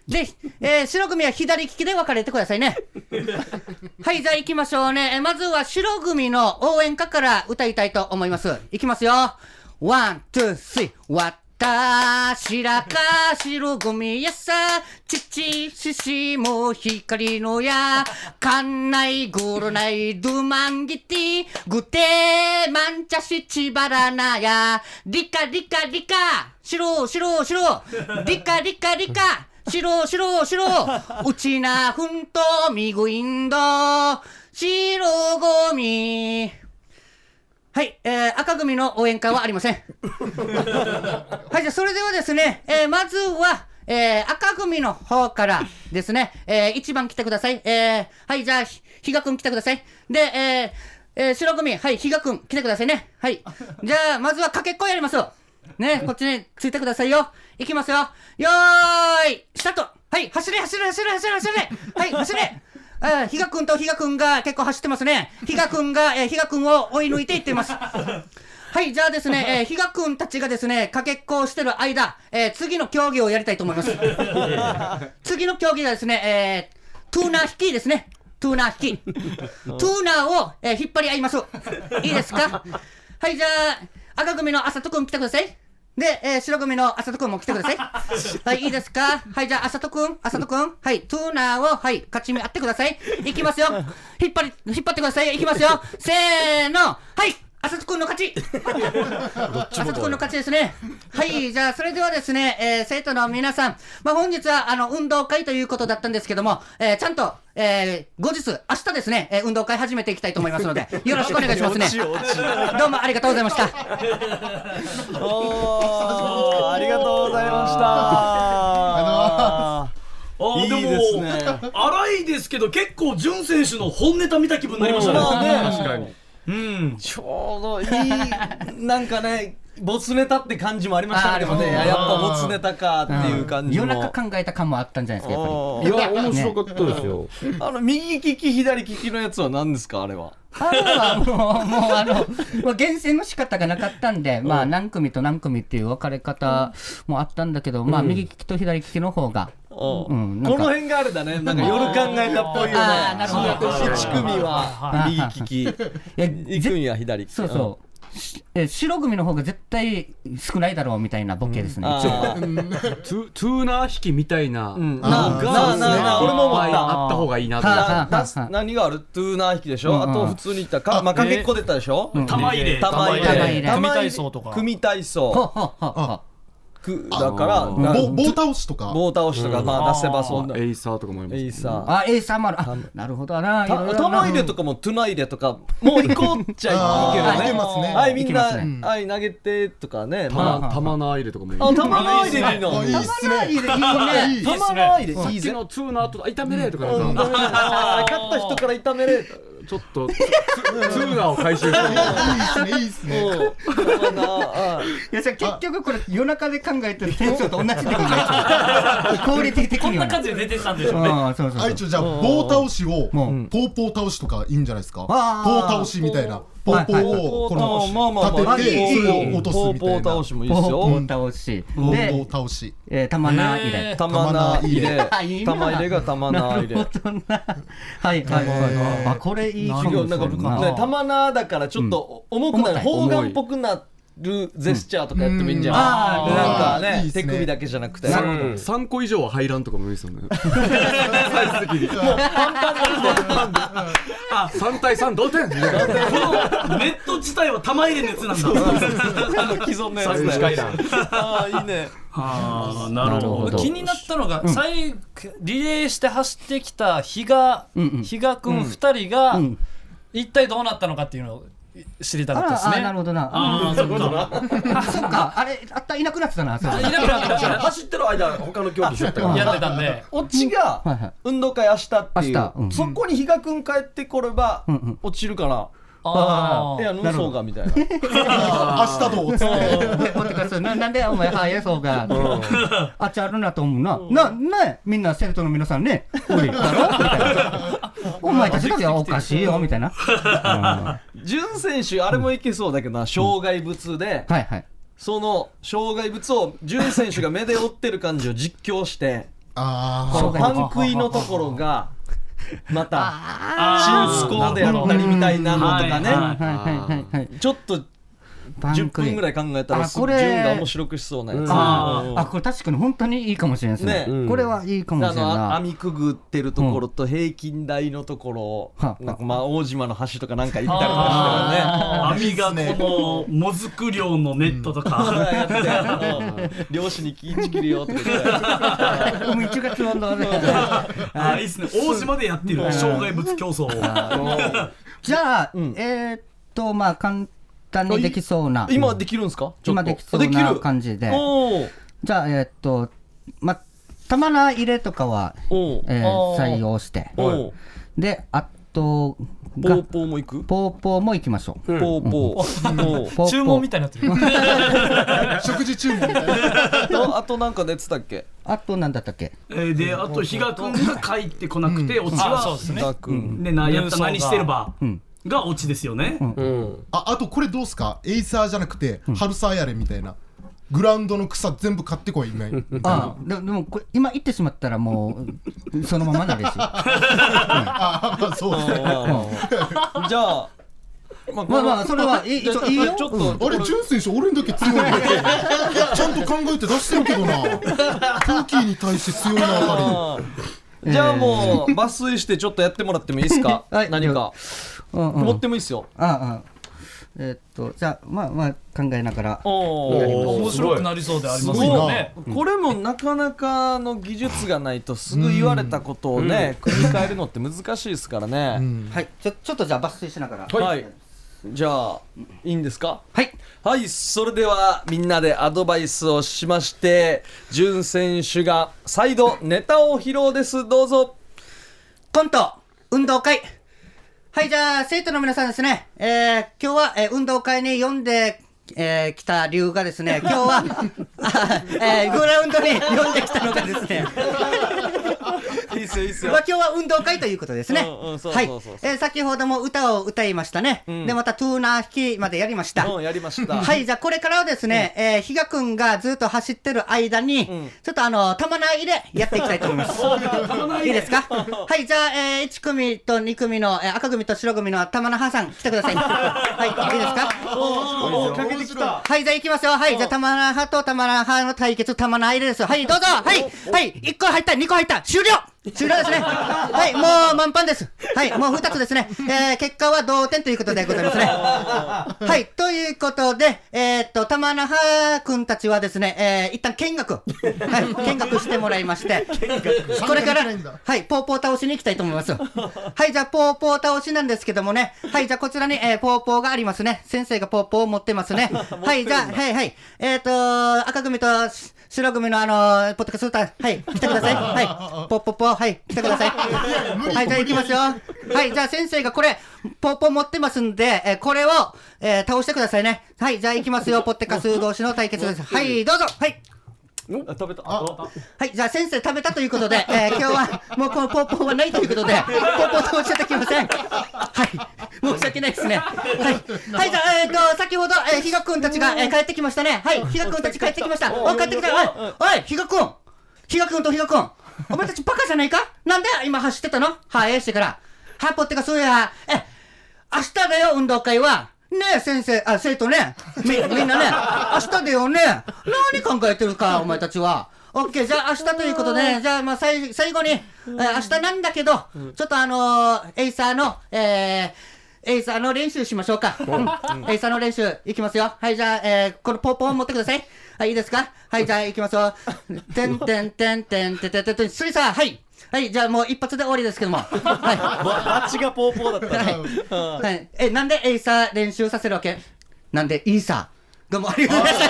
で、えー、白組は左利きで分かれてくださいね。はい、じゃあ行きましょうね。えーまずは白組の応援歌から歌いたいと思います。いきますよ。ワン、ツー、スリー、私らか白組やさ、父、獅子も光のや、館内ゴロナイドゥマンギティ、グテーマンチャシチバラナや、リカリカリカ、白白白、リカリカリカ、白白白、うちなふんとみぐいんど、白組。はい、えー、赤組の応援歌はありません。はい、じゃあそれではですね、えー、まずは、えー、赤組の方からですね、えー、いちばん来てください。えー、はい、じゃあ、比嘉くん来てください。で、えー、えー、白組、はい、比嘉くん来てくださいね。はい。じゃあ、まずはかけっこやります。ね、こっちについてくださいよ。いきますよ。よーい、スタート。はい、走れ走れ走れ走れ走れ。はい、走れ。あ、比嘉くんと比嘉くんが結構走ってますね。比嘉くんが、えー、比嘉くんを追い抜いていっています。はい、じゃあですね、えー、比嘉くんたちがですね、かけっこをしてる間、えー、次の競技をやりたいと思います。次の競技がですね、えー、トゥーナー引きですね。トゥーナー引き。トゥーナーを、えー、引っ張り合います。いいですか？はい、じゃあ、赤組のあさとくん来てください。で、えー、白組のあさとくんも来てください。はい、いいですか？はい、じゃあ、あさとくん、あさとくん、はい、トゥーナーを、はい、勝ち目合ってください。いきますよ。引っ張り、引っ張ってください。いきますよ。せーの、はい、あさとくんの勝ち。あさとくんの勝ちですね。はい、じゃあ、それではですね、えー、生徒の皆さん、まあ、本日は、あの、運動会ということだったんですけども、えー、ちゃんと、えー、後日、明日ですね、えー、運動会始めていきたいと思いますので、よろしくお願いしますね。どうもありがとうございました。 おー、ありがとうございました。 あー、 いいですね。 でも荒いですけど結構潤選手の本ネタ見た気分になりましたね。 まあね、 確かに。 うん、 ちょうどいい、なんかね、ボツネタって感じもありましたけどね、やっぱボツネタかっていう感じも。 夜中考えた感もあったんじゃないですか、やっぱり。 いや面白かったですよ。 あの右利き左利きのやつは何ですか、あれは。 あれはもう、もうあの、まあ、厳選の仕方がなかったんで、まあ何組と何組っていう分かれ方もあったんだけど、まあ右利きと左利きの方が。 うん、この辺があれだね、なんか夜考えたっぽいよね。 あー、なるほど。 いち組は右利き、に組は左利き。 そうそう。え白組の方が絶対少ないだろうみたいなボケですね。 トゥトゥーナー引きみたいなのが、 なあなあなあ、俺も思った。 あった方がいいなと思って。 何がある？トゥーナー引きでしょ。あと普通に言ったか、まあかけっこ出たでしょ。 玉入れ、 玉入れ、 組体操とか。 組体操。だから棒倒しとか棒倒しとか、まあ出せばそうだ。 エイサーとかもあります。 エイサー。 あ、エイサーもある。あ、なるほどな。 玉入れとかもトゥナ入れとかもう行こうっちゃいけるね。 いけますね。 はい、みんなはい投げてとかね。 玉縄入れとかもいい。 あ、玉縄入れいいの。 いいっすね。 いいね。 玉縄入れいいぜ。 さっきのトゥーナーとか炒めれとか勝った人から炒めれ。 ちょっとトゥーナーを回収していいっすね、いいっすね。 いや、じゃ結局これ夜中で考えてるテンションと同じ的にクオリティ的にはこんな感じで出てたんでしょうね。 あいちょ、じゃあ棒倒しをポーポー倒しとかいいんじゃないですか。ポー倒しみたいな。ポーポーをこの立ててそれを落とすみたいな。 ポー倒しもいいですよ。 ポー倒しポー倒し、 玉縄入れ、 玉縄入れ、玉入れが玉縄入れ。 はいはい。あ、これいい授業。 なんか玉縄だからちょっと重くなる、方眼っぽくなるジェスチャーとかやってもいいんじゃない。なんかね、手首だけじゃなくてさんこ以上は入らんとかもいいですよね。 サイズ的にもうパンパンなんで、 あ、さんたいさん同点。このネット自体は玉入れのやつなんだ。 既存のやつだよ。ああ、いいね。 ああ、なるほど。 気になったのが、最リレーして走ってきた比嘉比嘉くんふたりが一体どうなったのかっていうのを知りたかったですね。 あ、なるほどな。 ああ、そういうことな。 そっか、あれ、あった、いなくなってたな。いなくなってましたね。 走ってる間、他の競技しよったから。 やってたんで。 オチが、運動会明日っていう。そこに比嘉くん帰ってこれば、落ちるかな。ああ、いや、ヌソがみたいな。明日どうっつって。なんでお前、はやそうが。あっちあるなと思うな。な、ね、みんな生徒の皆さんね、おい、だろみたいな。お前たちだけはおかしいよみたいな。 潤選手、あれもいけそうだけどな、障害物で。その障害物を潤選手が目で追ってる感じを実況して。 あこのパン食いのところがまたチンスコーでやったりみたいなのとかね、ちょっとじゅっぷんぐらい考えたら順が面白くしそうなやつ。 ああ、これ確かに本当にいいかもしれないですね。これはいいかもしれない。 あの網くぐってるところと平均台のところ、なんかまあ大島の橋とかなんか行ったりとかしてね、網がこのもずく漁のネットとかやって漁師に気ぃちきるよとか言って海一月温度ね。 あ、いいですね。大島でやってる障害物競争を。 じゃあえっとまあ簡単にできそうな、 今できるんですか？ 今できそうな感じで、じゃあえっとま玉名入れとかは採用して、であとポーポーも行く？ ポーポーも行きましょう。 ポーポー注文みたいになってる。 食事注文みたいな。 あとなんか出てたっけ？ あとなんだったっけ？ であと比嘉君が帰ってこなくてオチはねなやった何してればがオチですよね。 ああとこれどうすか？エイサーじゃなくてハルサーやれみたいな。グラウンドの草全部買ってこいみたいな。 あでもこれ今言ってしまったらもうそのままなるし。 ああそうですね。 じゃあまあまあそれはいいよ。 ちょっとあれ潤選手俺んだけ強いのちゃんと考えて出してるけどな。トーキーに対して強いなあたり。じゃあもう抜粋してちょっとやってもらってもいいですか？何か持ってもいいですよ。 ああえっとじゃあまあまあ考えながら面白くなりそうでありますよね。 これもなかなかの技術がないとすぐ言われたことをね繰り返るのって難しいですからね。 はいちょちょっとじゃあ抜粋しながら。 はい。じゃあいいんですか？ はいはい。それではみんなでアドバイスをしまして潤選手が再度ネタを披露です。どうぞ。 コント運動会。はい、じゃあ生徒の皆さんですね、えー、今日は、えー、運動会に呼んでき、えー、た理由がですね、今日はあ、えー、グラウンドに呼んできたのがですねいいっすよいいっすよ。 まあ今日は運動会ということですね。はい、えー、先ほども歌を歌いましたね、うん、でまたトゥーナー弾きまでやりました、 うん、やりました。 はい、じゃあこれからはですね、うん、えー、比嘉くんがずっと走ってる間に、うん、ちょっとあの玉名入れやっていきたいと思いますいいですか？はい、じゃあ、えー、いち組とに組の、えー、赤組と白組の玉名さん来てくださいはいいいですか？ おおかけてきた。 はい、じゃあ行きますよ。はい、じゃあ玉名派と玉名派の対決、玉名入れですよ。はい、どうぞ。はいはいいっこ入った、にこ入った、終了終了ですね。はい、もう満帆です。はい、もうふたつですね。えー、結果は同点ということでございますね。はい、ということで、えー、っと、玉名派くんたちはですね、えー、一旦見学、はい、見学してもらいまして、これから、はい、ポーポー倒しに行きたいと思います。はい、じゃあ、ポーポー倒しなんですけどもね、はい、じゃあ、こちらに、えー、ポーポーがありますね。先生がポーポーを持ってますね。はい、じゃあ、はい、はい、えー、っと、赤組と白組のあのー、ポッドキャスト、はい、来てください。はい、ポッポッポ、はい、来てください。はい、じゃあ行きますよ。はい、じゃあ先生がこれ、ポッポ持ってますんで、えー、これを、えー、倒してくださいね。はい、じゃあ行きますよ。ポッテカス同士の対決です。はい、どうぞ。はい。 食べた。 はい、じゃあ先生食べたということで、えー、今日はもうこのポッポはないということで、ポッポ倒しちゃってきません。はい、申し訳ないですね。はい、はい、じゃあ、えーと、先ほど、えー、比嘉くんたちが、えー、帰ってきましたね。はい、比嘉くんたち帰ってきました。お、帰ってきた。おい、おい、比嘉くん。比嘉くんと比嘉くん。お前たちバカじゃないか？なんで今走ってたの？はい、ええしてから。はい、ポッテカそうや。え、明日だよ、運動会は。ねえ、先生、あ、生徒ね。み、みんなね、明日だよね。何考えてるか、お前たちは。オッケー、じゃあ明日ということで、じゃあまあ最、最後に、えー、明日なんだけど、ちょっとあのー、エイサーの、えー、エイサーの練習しましょうか。うん、エイサーの練習いきますよ。はい、じゃあ、えー、このポーポー持ってください。はい、いいですか？はい、じゃあ行きますよ。てんてんてんてんてんてんてんてん、スリサー、はい。はい、じゃあもう一発で終わりですけども。はい。 バッチがポーポーだった。 はい。はい。え、なんでエイサー練習させるわけ？なんでイーサー。どうもありがとうございました。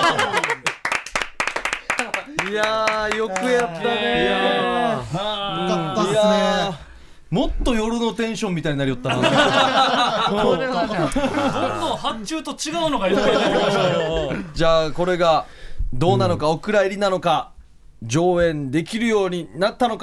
いやー、よくやったね。 いやー、よかったっすね。 もっと夜のテンションみたいになりよったな。これはどんどん発注と違うのがいっぱい出てきましたよ。 じゃあこれがどうなのか、お蔵入りなのか、上演できるようになったのか、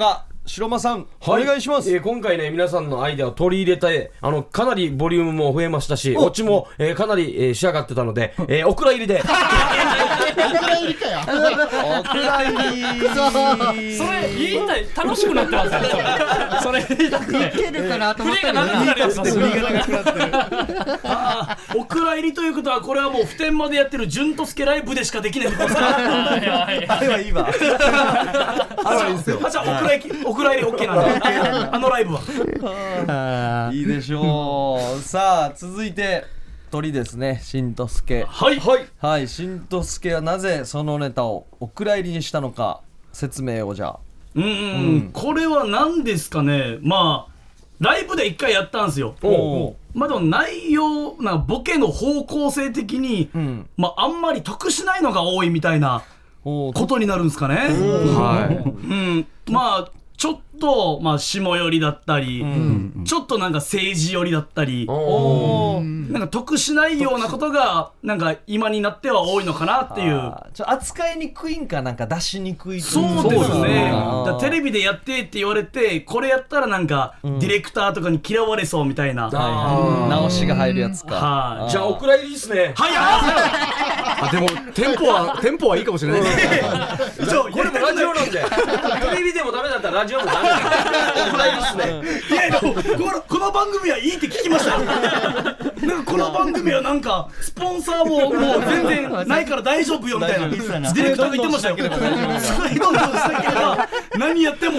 白間さん、 はい、 お願いします。 えー、今回ね皆さんのアイデアを取り入れてあのかなりボリュームも増えましたしオチも、えー、かなり、えー、仕上がってたので、えー、お蔵入りでお蔵入りかやお蔵入りそれ言いたい楽しくなってますよねそれそれ言いたくていけるかなと思った振りが長くなるやつだ振りが長くなってるあお蔵入りということはこれはもう普天間でやってる純とすけライブでしかできないってことですかはいはいあれはいいわあれはいいんですよあじゃあお蔵入りお蔵入り OK なんだあのライブはいいでしょう。さあ続いて鳥ですね、しんとすけ。 はいはいはい、しんとすけはなぜそのネタをお蔵入りにしたのか説明をじゃあ。 うんうん、うん、これは何ですかね。まあライブで一回やったんですよ。 おうまあでも内容なボケの方向性的に、うん、まああんまり得しないのが多いみたいなことになるんですかね。はい、うん、まあちょっと、まあ、下寄りだったり、うん、ちょっとなんか政治寄りだったり、なんか得しないようなことがなんか今になっては多いのかなっていう。 ちょ扱いにくいんかなんか出しにくい。 そうですね。だテレビでやってって言われてこれやったらなんか、うん、ディレクターとかに嫌われそうみたいな、 うん、直しが入るやつか。 はい。 じゃあお蔵入りですね。 はいやあでもテンポはテンポはいいかもしれないですね。これもラジオなんでテレビでもダメだったらラジオもダメだお蔵入りですね。 いやでもこの、この番組はいいって聞きましたなんかこの番組はなんかスポンサーももう全然ないから大丈夫よみたいなディレクターが言ってましたよ。それどんどんしたければ何やっても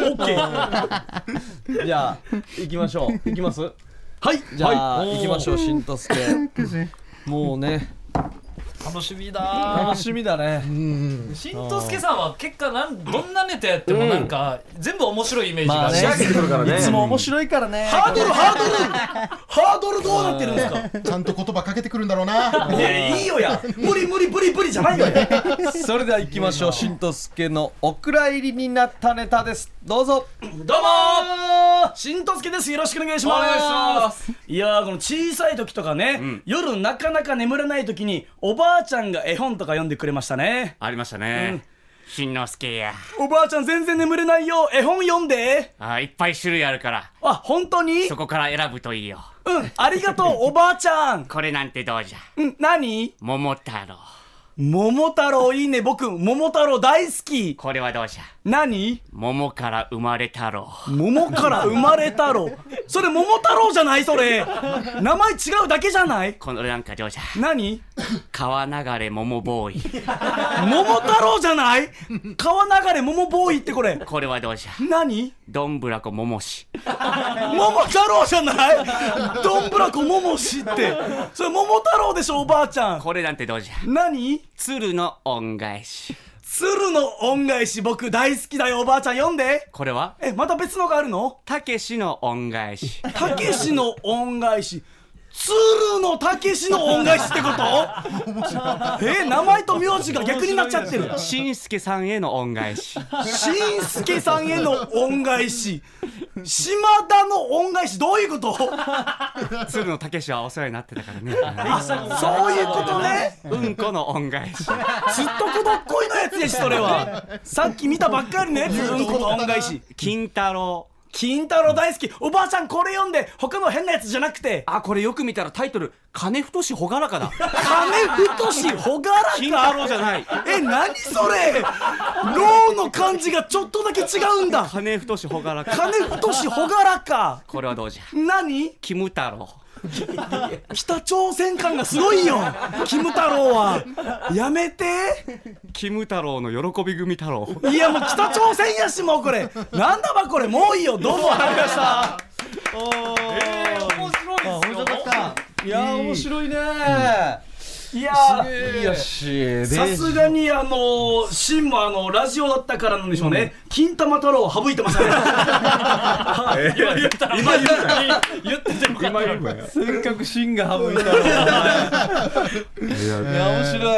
OK じゃあ行きましょう。行きます。 はいじゃあ、はい、行きましょう。しんとすけもうね楽しみだ楽しみだね。 しんとすけさんは結果なんどんなネタやってもなんか、うん、全部面白いイメージが仕上げてくるからね。いつも面白いからね。 ハードルハードルハードルどうなってるんですか。 ちゃんと言葉かけてくるんだろうな。 いやいいよや無理無理無理無理じゃないよやそれでは行きましょう。しんとすけのお蔵入りになったネタです。どうぞ。 どうもーしんとすけです。よろしくお願いします。お願いします。いやーこの小さい時とかね、うん、夜なかなか眠れない時におばあちゃんが絵本とか読んでくれましたね。 ありましたね、うん、しんのすけやおばあちゃん全然眠れないよ絵本読んで。 あいっぱい種類あるからあ本当にそこから選ぶといいよ。 うんありがとうおばあちゃんこれなんてどうじゃ。 うん何桃太郎桃太郎いいね。僕桃太郎大好き。 これはどうじゃ。 何桃から生まれ太郎桃から生まれ太郎それ桃太郎じゃないそれ名前違うだけじゃない。 このなんかどうじゃ。 何川流れ桃ボーイ桃太郎じゃない。川流れ桃ボーイってこれこれはどうじゃ。 何どんぶらこ桃氏桃太郎じゃないどんぶらこ桃氏ってそれ桃太郎でしょおばあちゃん。 これなんてどうじゃ。 何鶴の恩返し鶴の恩返し僕大好きだよおばあちゃん読んで。 これはえまた別のがあるの。 たけしの恩返したけしの恩返し鶴のたけしの恩返しってことえ名前と名字が逆になっちゃってる。 しんすけさんへの恩返ししんすけさんへの恩返し島田の恩返しどういうこと鶴のたけしはお世話になってたからねあそういうことね。 うんこの恩返しすっとこどっこいのやつですそれはさっき見たばっかりのやつうんこの恩返し。 金太郎金太郎大好きおばあちゃんこれ読んで他の変なやつじゃなくて。 あこれよく見たらタイトル金太しほがらかだ金太しほがらか金太郎じゃないえ何それローの漢字がちょっとだけ違うんだ。 金太しほがらか金太しほがらかこれはどうじゃ。 何キム太郎北朝鮮感がすごいよキム太郎はやめてキム太郎の喜び組太郎いやもう北朝鮮やしもうこれなんだばこれもういいよどうもありましたおーえー、面白いですよ。 面白かったいやー面白いねいやーいやしさすがにあのー、シンもあのラジオだったからなんでしょうね、うん、金玉太郎を省いてましたねえー、言った今言った言っててもかったせっかくシンが省いたのいや面白い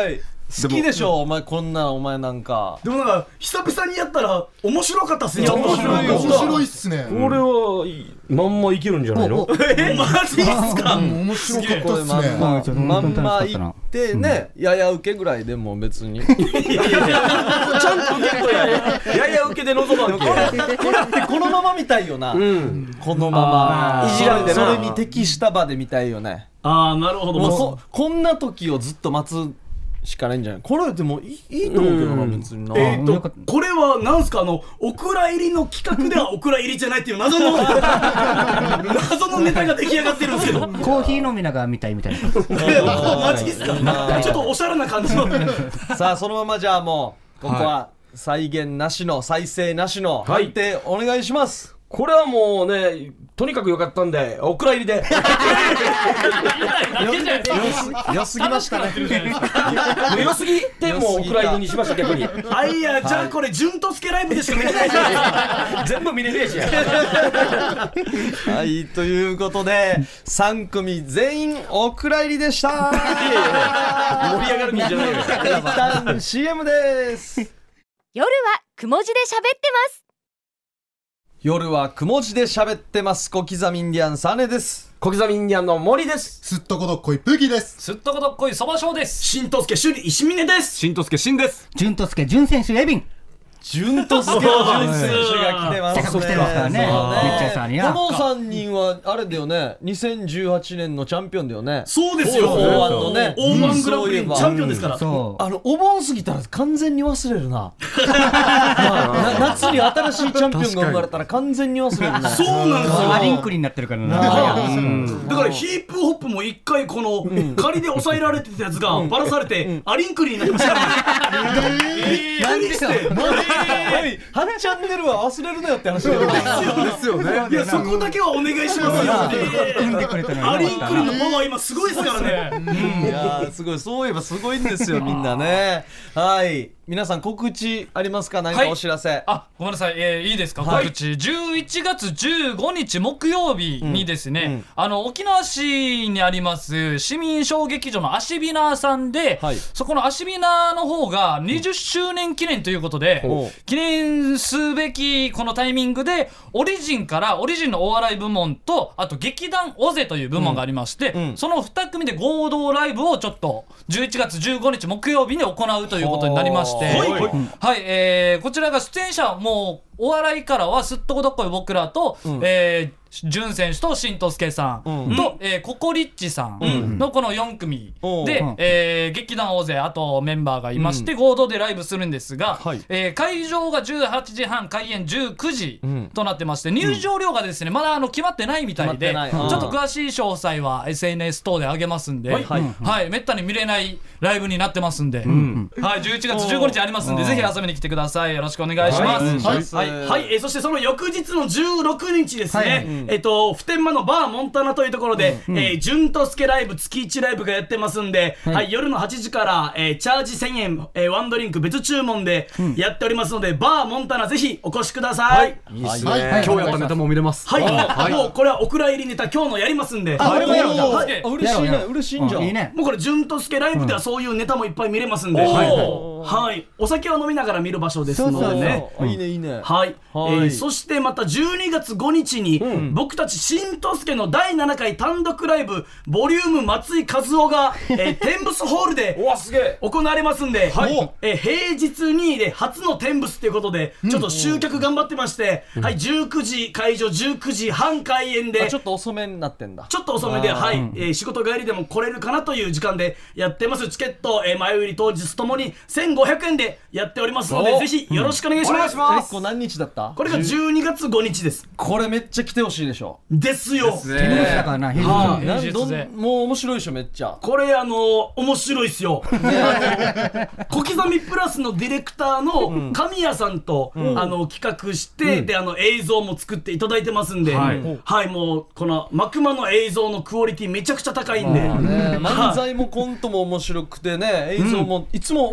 好きでしょお前こんなお前なんか。 でもなんか久々にやったら面白かったっすね。 面白い面白いっすね。 これはまんまいけるんじゃないの？ えマジっすか？ 面白かったっすね。 まんまいってね、やや受けぐらいでも別に。 ちゃんと受けるとややや受けで臨まんけ。 これってこのまま見たいよな。このままいじらんでな。それに適した場で見たいよね。 ああなるほど。 ここんな時をずっと待つしかないんじゃない。これでもいい、いいと思うけどな別にな。 えーとこれはなんすか、あのお蔵入りの企画ではお蔵入りじゃないっていう謎の謎のネタが出来上がってるんですけど。 コーヒー飲みながら見たいみたいな。 マジっすか？ちょっとおしゃれな感じの。 さあそのままじゃあもうここは再現なしの再生なしの判定お願いします。 これはもうね、とにかく良かったんでお蔵入りで。 良すぎましたね。 良すぎてもうお蔵入りにしました逆に。 あいやじゃあこれ順とすけライブでしか見れないじゃないですか。 全部見れねえしや。 はいということでさん組全員お蔵入りでした。 盛り上がるんじゃないよ。 一旦 シーエム です。 夜はくも字で喋ってます。 夜はくも字で喋ってます。小刻みインディアンサネです。 小刻みインディアンの森です。 すっとこどっこいプギです。 すっとこどっこいそばしょうです。 しんとすけ首里石峰です。 しんとすけしんです。 じゅんとすけじゅん選手エビン。 順とすけの順選手が来てますね。 せっかく来てますからね。めっちゃさんには。 このさんにんはあれだよね。にせんじゅうはちねんのチャンピオンだよね。 そうですよ。 オーワンのね。 オーワングランプリのチャンピオンですから。 そうあのお盆過ぎたら完全に忘れるな。な夏に新しいチャンピオンが生まれたら完全に忘れるな。 そうなんですよ。 アリンクリになってるからな。 だからヒップホップも一回この仮で抑えられてたやつがバラされてアリンクリになりましたからね。 なんでよ。はちチャンネルは忘れるなよって話だよね。 ですよね。 いやそこだけはお願いしますよ。アリンクリのパワー今すごいですからね。 いやーすごい、そういえばすごいんですよみんなね。はい皆さん告知ありますか？何かお知らせ。 あごめんなさい、えー、いいですか、 はい、 告知じゅういちがつじゅうごにち木曜日にですね、うんうん、あの沖縄市にあります市民小劇場のアシビナーさんで、はい、そこのアシビナーの方がにじゅっしゅうねん記念ということで、うん、記念すべきこのタイミングでオリジンからオリジンのお笑い部門とあと劇団オゼという部門がありまして、うんうん、そのに組で合同ライブをちょっとじゅういちがつじゅうごにち木曜日に行うということになりまして、はい、はい、えー、こちらが出演者もうお笑いからはすっとこどっこい僕らと、うん、えー潤選手としんとすけさんと、うんえー、ココリッチさんのこのよん組で、うんえー、劇団大勢あとメンバーがいまして、うん、合同でライブするんですが、はいえー、会場がじゅうはちじはん開演じゅうくじとなってまして、入場料がですねまだあの決まってないみたいで、ちょっと詳しい詳細は エスエヌエス 等で上げますんで、はいはいはい、めったに見れないライブになってますんで、うんはい、じゅういちがつじゅうごにちありますんでぜひ遊びに来てください。よろしくお願いします。 はい、はいはいえー、そしてその翌日のじゅうろくにちですね、はいうんえっと普天間のバーモンタナというところで、うんえー、順とすけライブ月いちライブがやってますんで、はいはい、夜のはちじから、えー、チャージせんえん、えー、ワンドリンク別注文でやっておりますので、うん、バーモンタナぜひお越しください。 いいですね、はいはい、今日やったネタも見れます。 はい、はい、もうこれはお蔵入りネタ今日のやりますんで、 あ、俺もやろうじゃん、 はい、嬉しいね嬉しいんじゃん、うん、いいね、 もうこれ順とすけライブではそういうネタもいっぱい見れますんで、うん、はい、はい、お酒を飲みながら見る場所ですのでね、 そうそうそう、いいねいいね、 はい、はい、えー、そしてまたじゅうにがつごにちに、うん、僕たちしんとすけのだいななかい単独ライブボリューム松井和夫が、えー、天ブスホールで行われますんで、はい、えー、平日にで初の天ブスということでちょっと集客頑張ってまして、うん、はい、じゅうくじ会場じゅうくじはん開演でちょっと遅めになってんだ、 ちょっと遅めで、はい、うん、えー、仕事帰りでも来れるかなという時間でやってます。チケット、えー、前売り当日ともにせんごひゃくえんでやっておりますのでぜひよろしくお願いします。 うん、お願いします。これ何日だった？ これがじゅうにがつごにちです。 これめっちゃ来てほしいでしょ。 ですよ。 天ブスだからな、 はあ、どんもう面白いでしょめっちゃ。 これあのー、面白いっすよ。小刻みプラスのディレクターの神谷さんと、うん、あの企画して、うん、であの映像も作っていただいてますんで、はい、はい、もうこのマクマの映像のクオリティめちゃくちゃ高いんで、 ね、漫才もコントも面白くてね、映像もいつも面白いも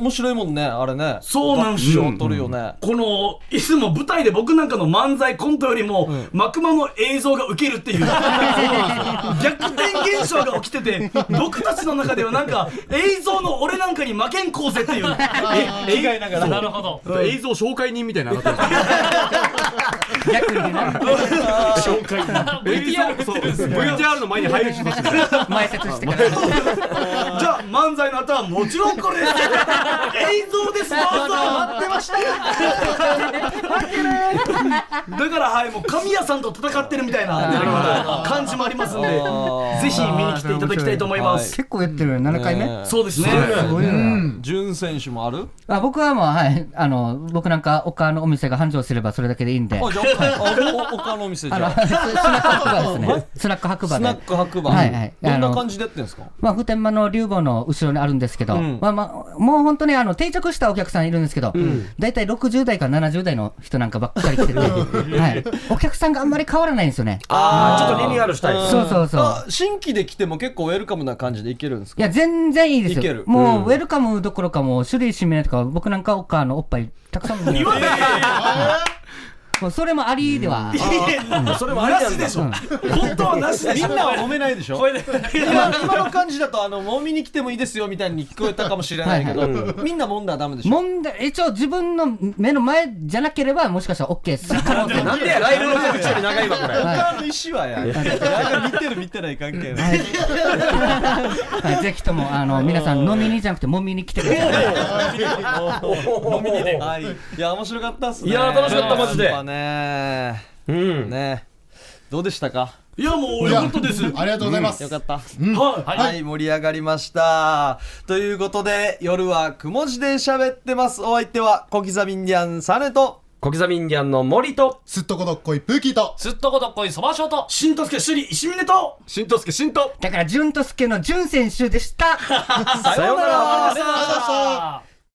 んねあれね。 そうなんすよ。 バックション撮るよね。 このいつも舞台で僕なんかの漫才コントよりも、マクマの映像がウケるっていう逆転現象が起きてて、僕たちの中ではなんか映像の俺なんかに負けんこうぜっていう意外ながら。 なるほど。 映像紹介人みたいなのが逆にね紹介映像そう ブイティーアール の前に入る人たちが前説してからじゃあ漫才の後はもちろんこれです映像ですどうぞ待ってましただからはいもう神谷さんと戦ってるみたいな感じもありますんでぜひ見に来ていただきたいと思います。 結構やってるななかいめ、 そうですね。 すごいな。 潤選手もある？ あ僕はもうはいあの僕なんか岡のお店が繁盛すればそれだけでいいんで。 あじゃあ岡のお店じゃあ。 スナック白馬ですね。スナック白馬で。 スナック白馬。 はいはい。 どんな感じでやってんですか？ まあ普天間の竜坊の後ろにあるんですけど、まあまあもう本当にあの定着したお客さんいるんですけど、だいたいろくじゅう代からななじゅう代の人なんかばっかり来てて、はい。お客さんがあんまり変わらないんですよね。 ああちょっとリニューアルしたい。 そうそうそう。 新規で来ても結構ウェルカムな感じでいけるんですか？ いや全然いいですよ。 いける。 もうウェルカムどころかもう種類指名とか僕なんか岡のおっぱいたくさん飲んでる。もうそれもありでは、 それもありなんでしょ。本当はなしでしょ。 みんなは飲めないでしょ。今今の感じだとあの飲みに来てもいいですよみたいに聞こえたかもしれないけど、みんな飲んだらダメでしょ。 もんで一応自分の目の前じゃなければもしかしたら OK する可能性。 なんでやライブの告知より長いわこれ。 他の意思はや。見てる見てない関係ない。 はいぜひともあの皆さん飲みにじゃなくてもみに来てください。 飲みにで。はい。いや面白かったっすね。 いや楽しかったマジで。 ねえ、うん、 ねどうでしたか？ いやもうよかったです。 ありがとうございます。 よかった。 うん、 はい、 はい、盛り上がりました。ということで夜はくも字で喋ってます。お相手は小刻みインディアンサネと小刻みインディアンの森とすっとこどっこいプーキーとすっとこどっこいそばしょうとしんとすけ首里石峰としんとすけしんとだからじゅんとすけのじゅん選手でした。 さようなら。 ありがとうございました。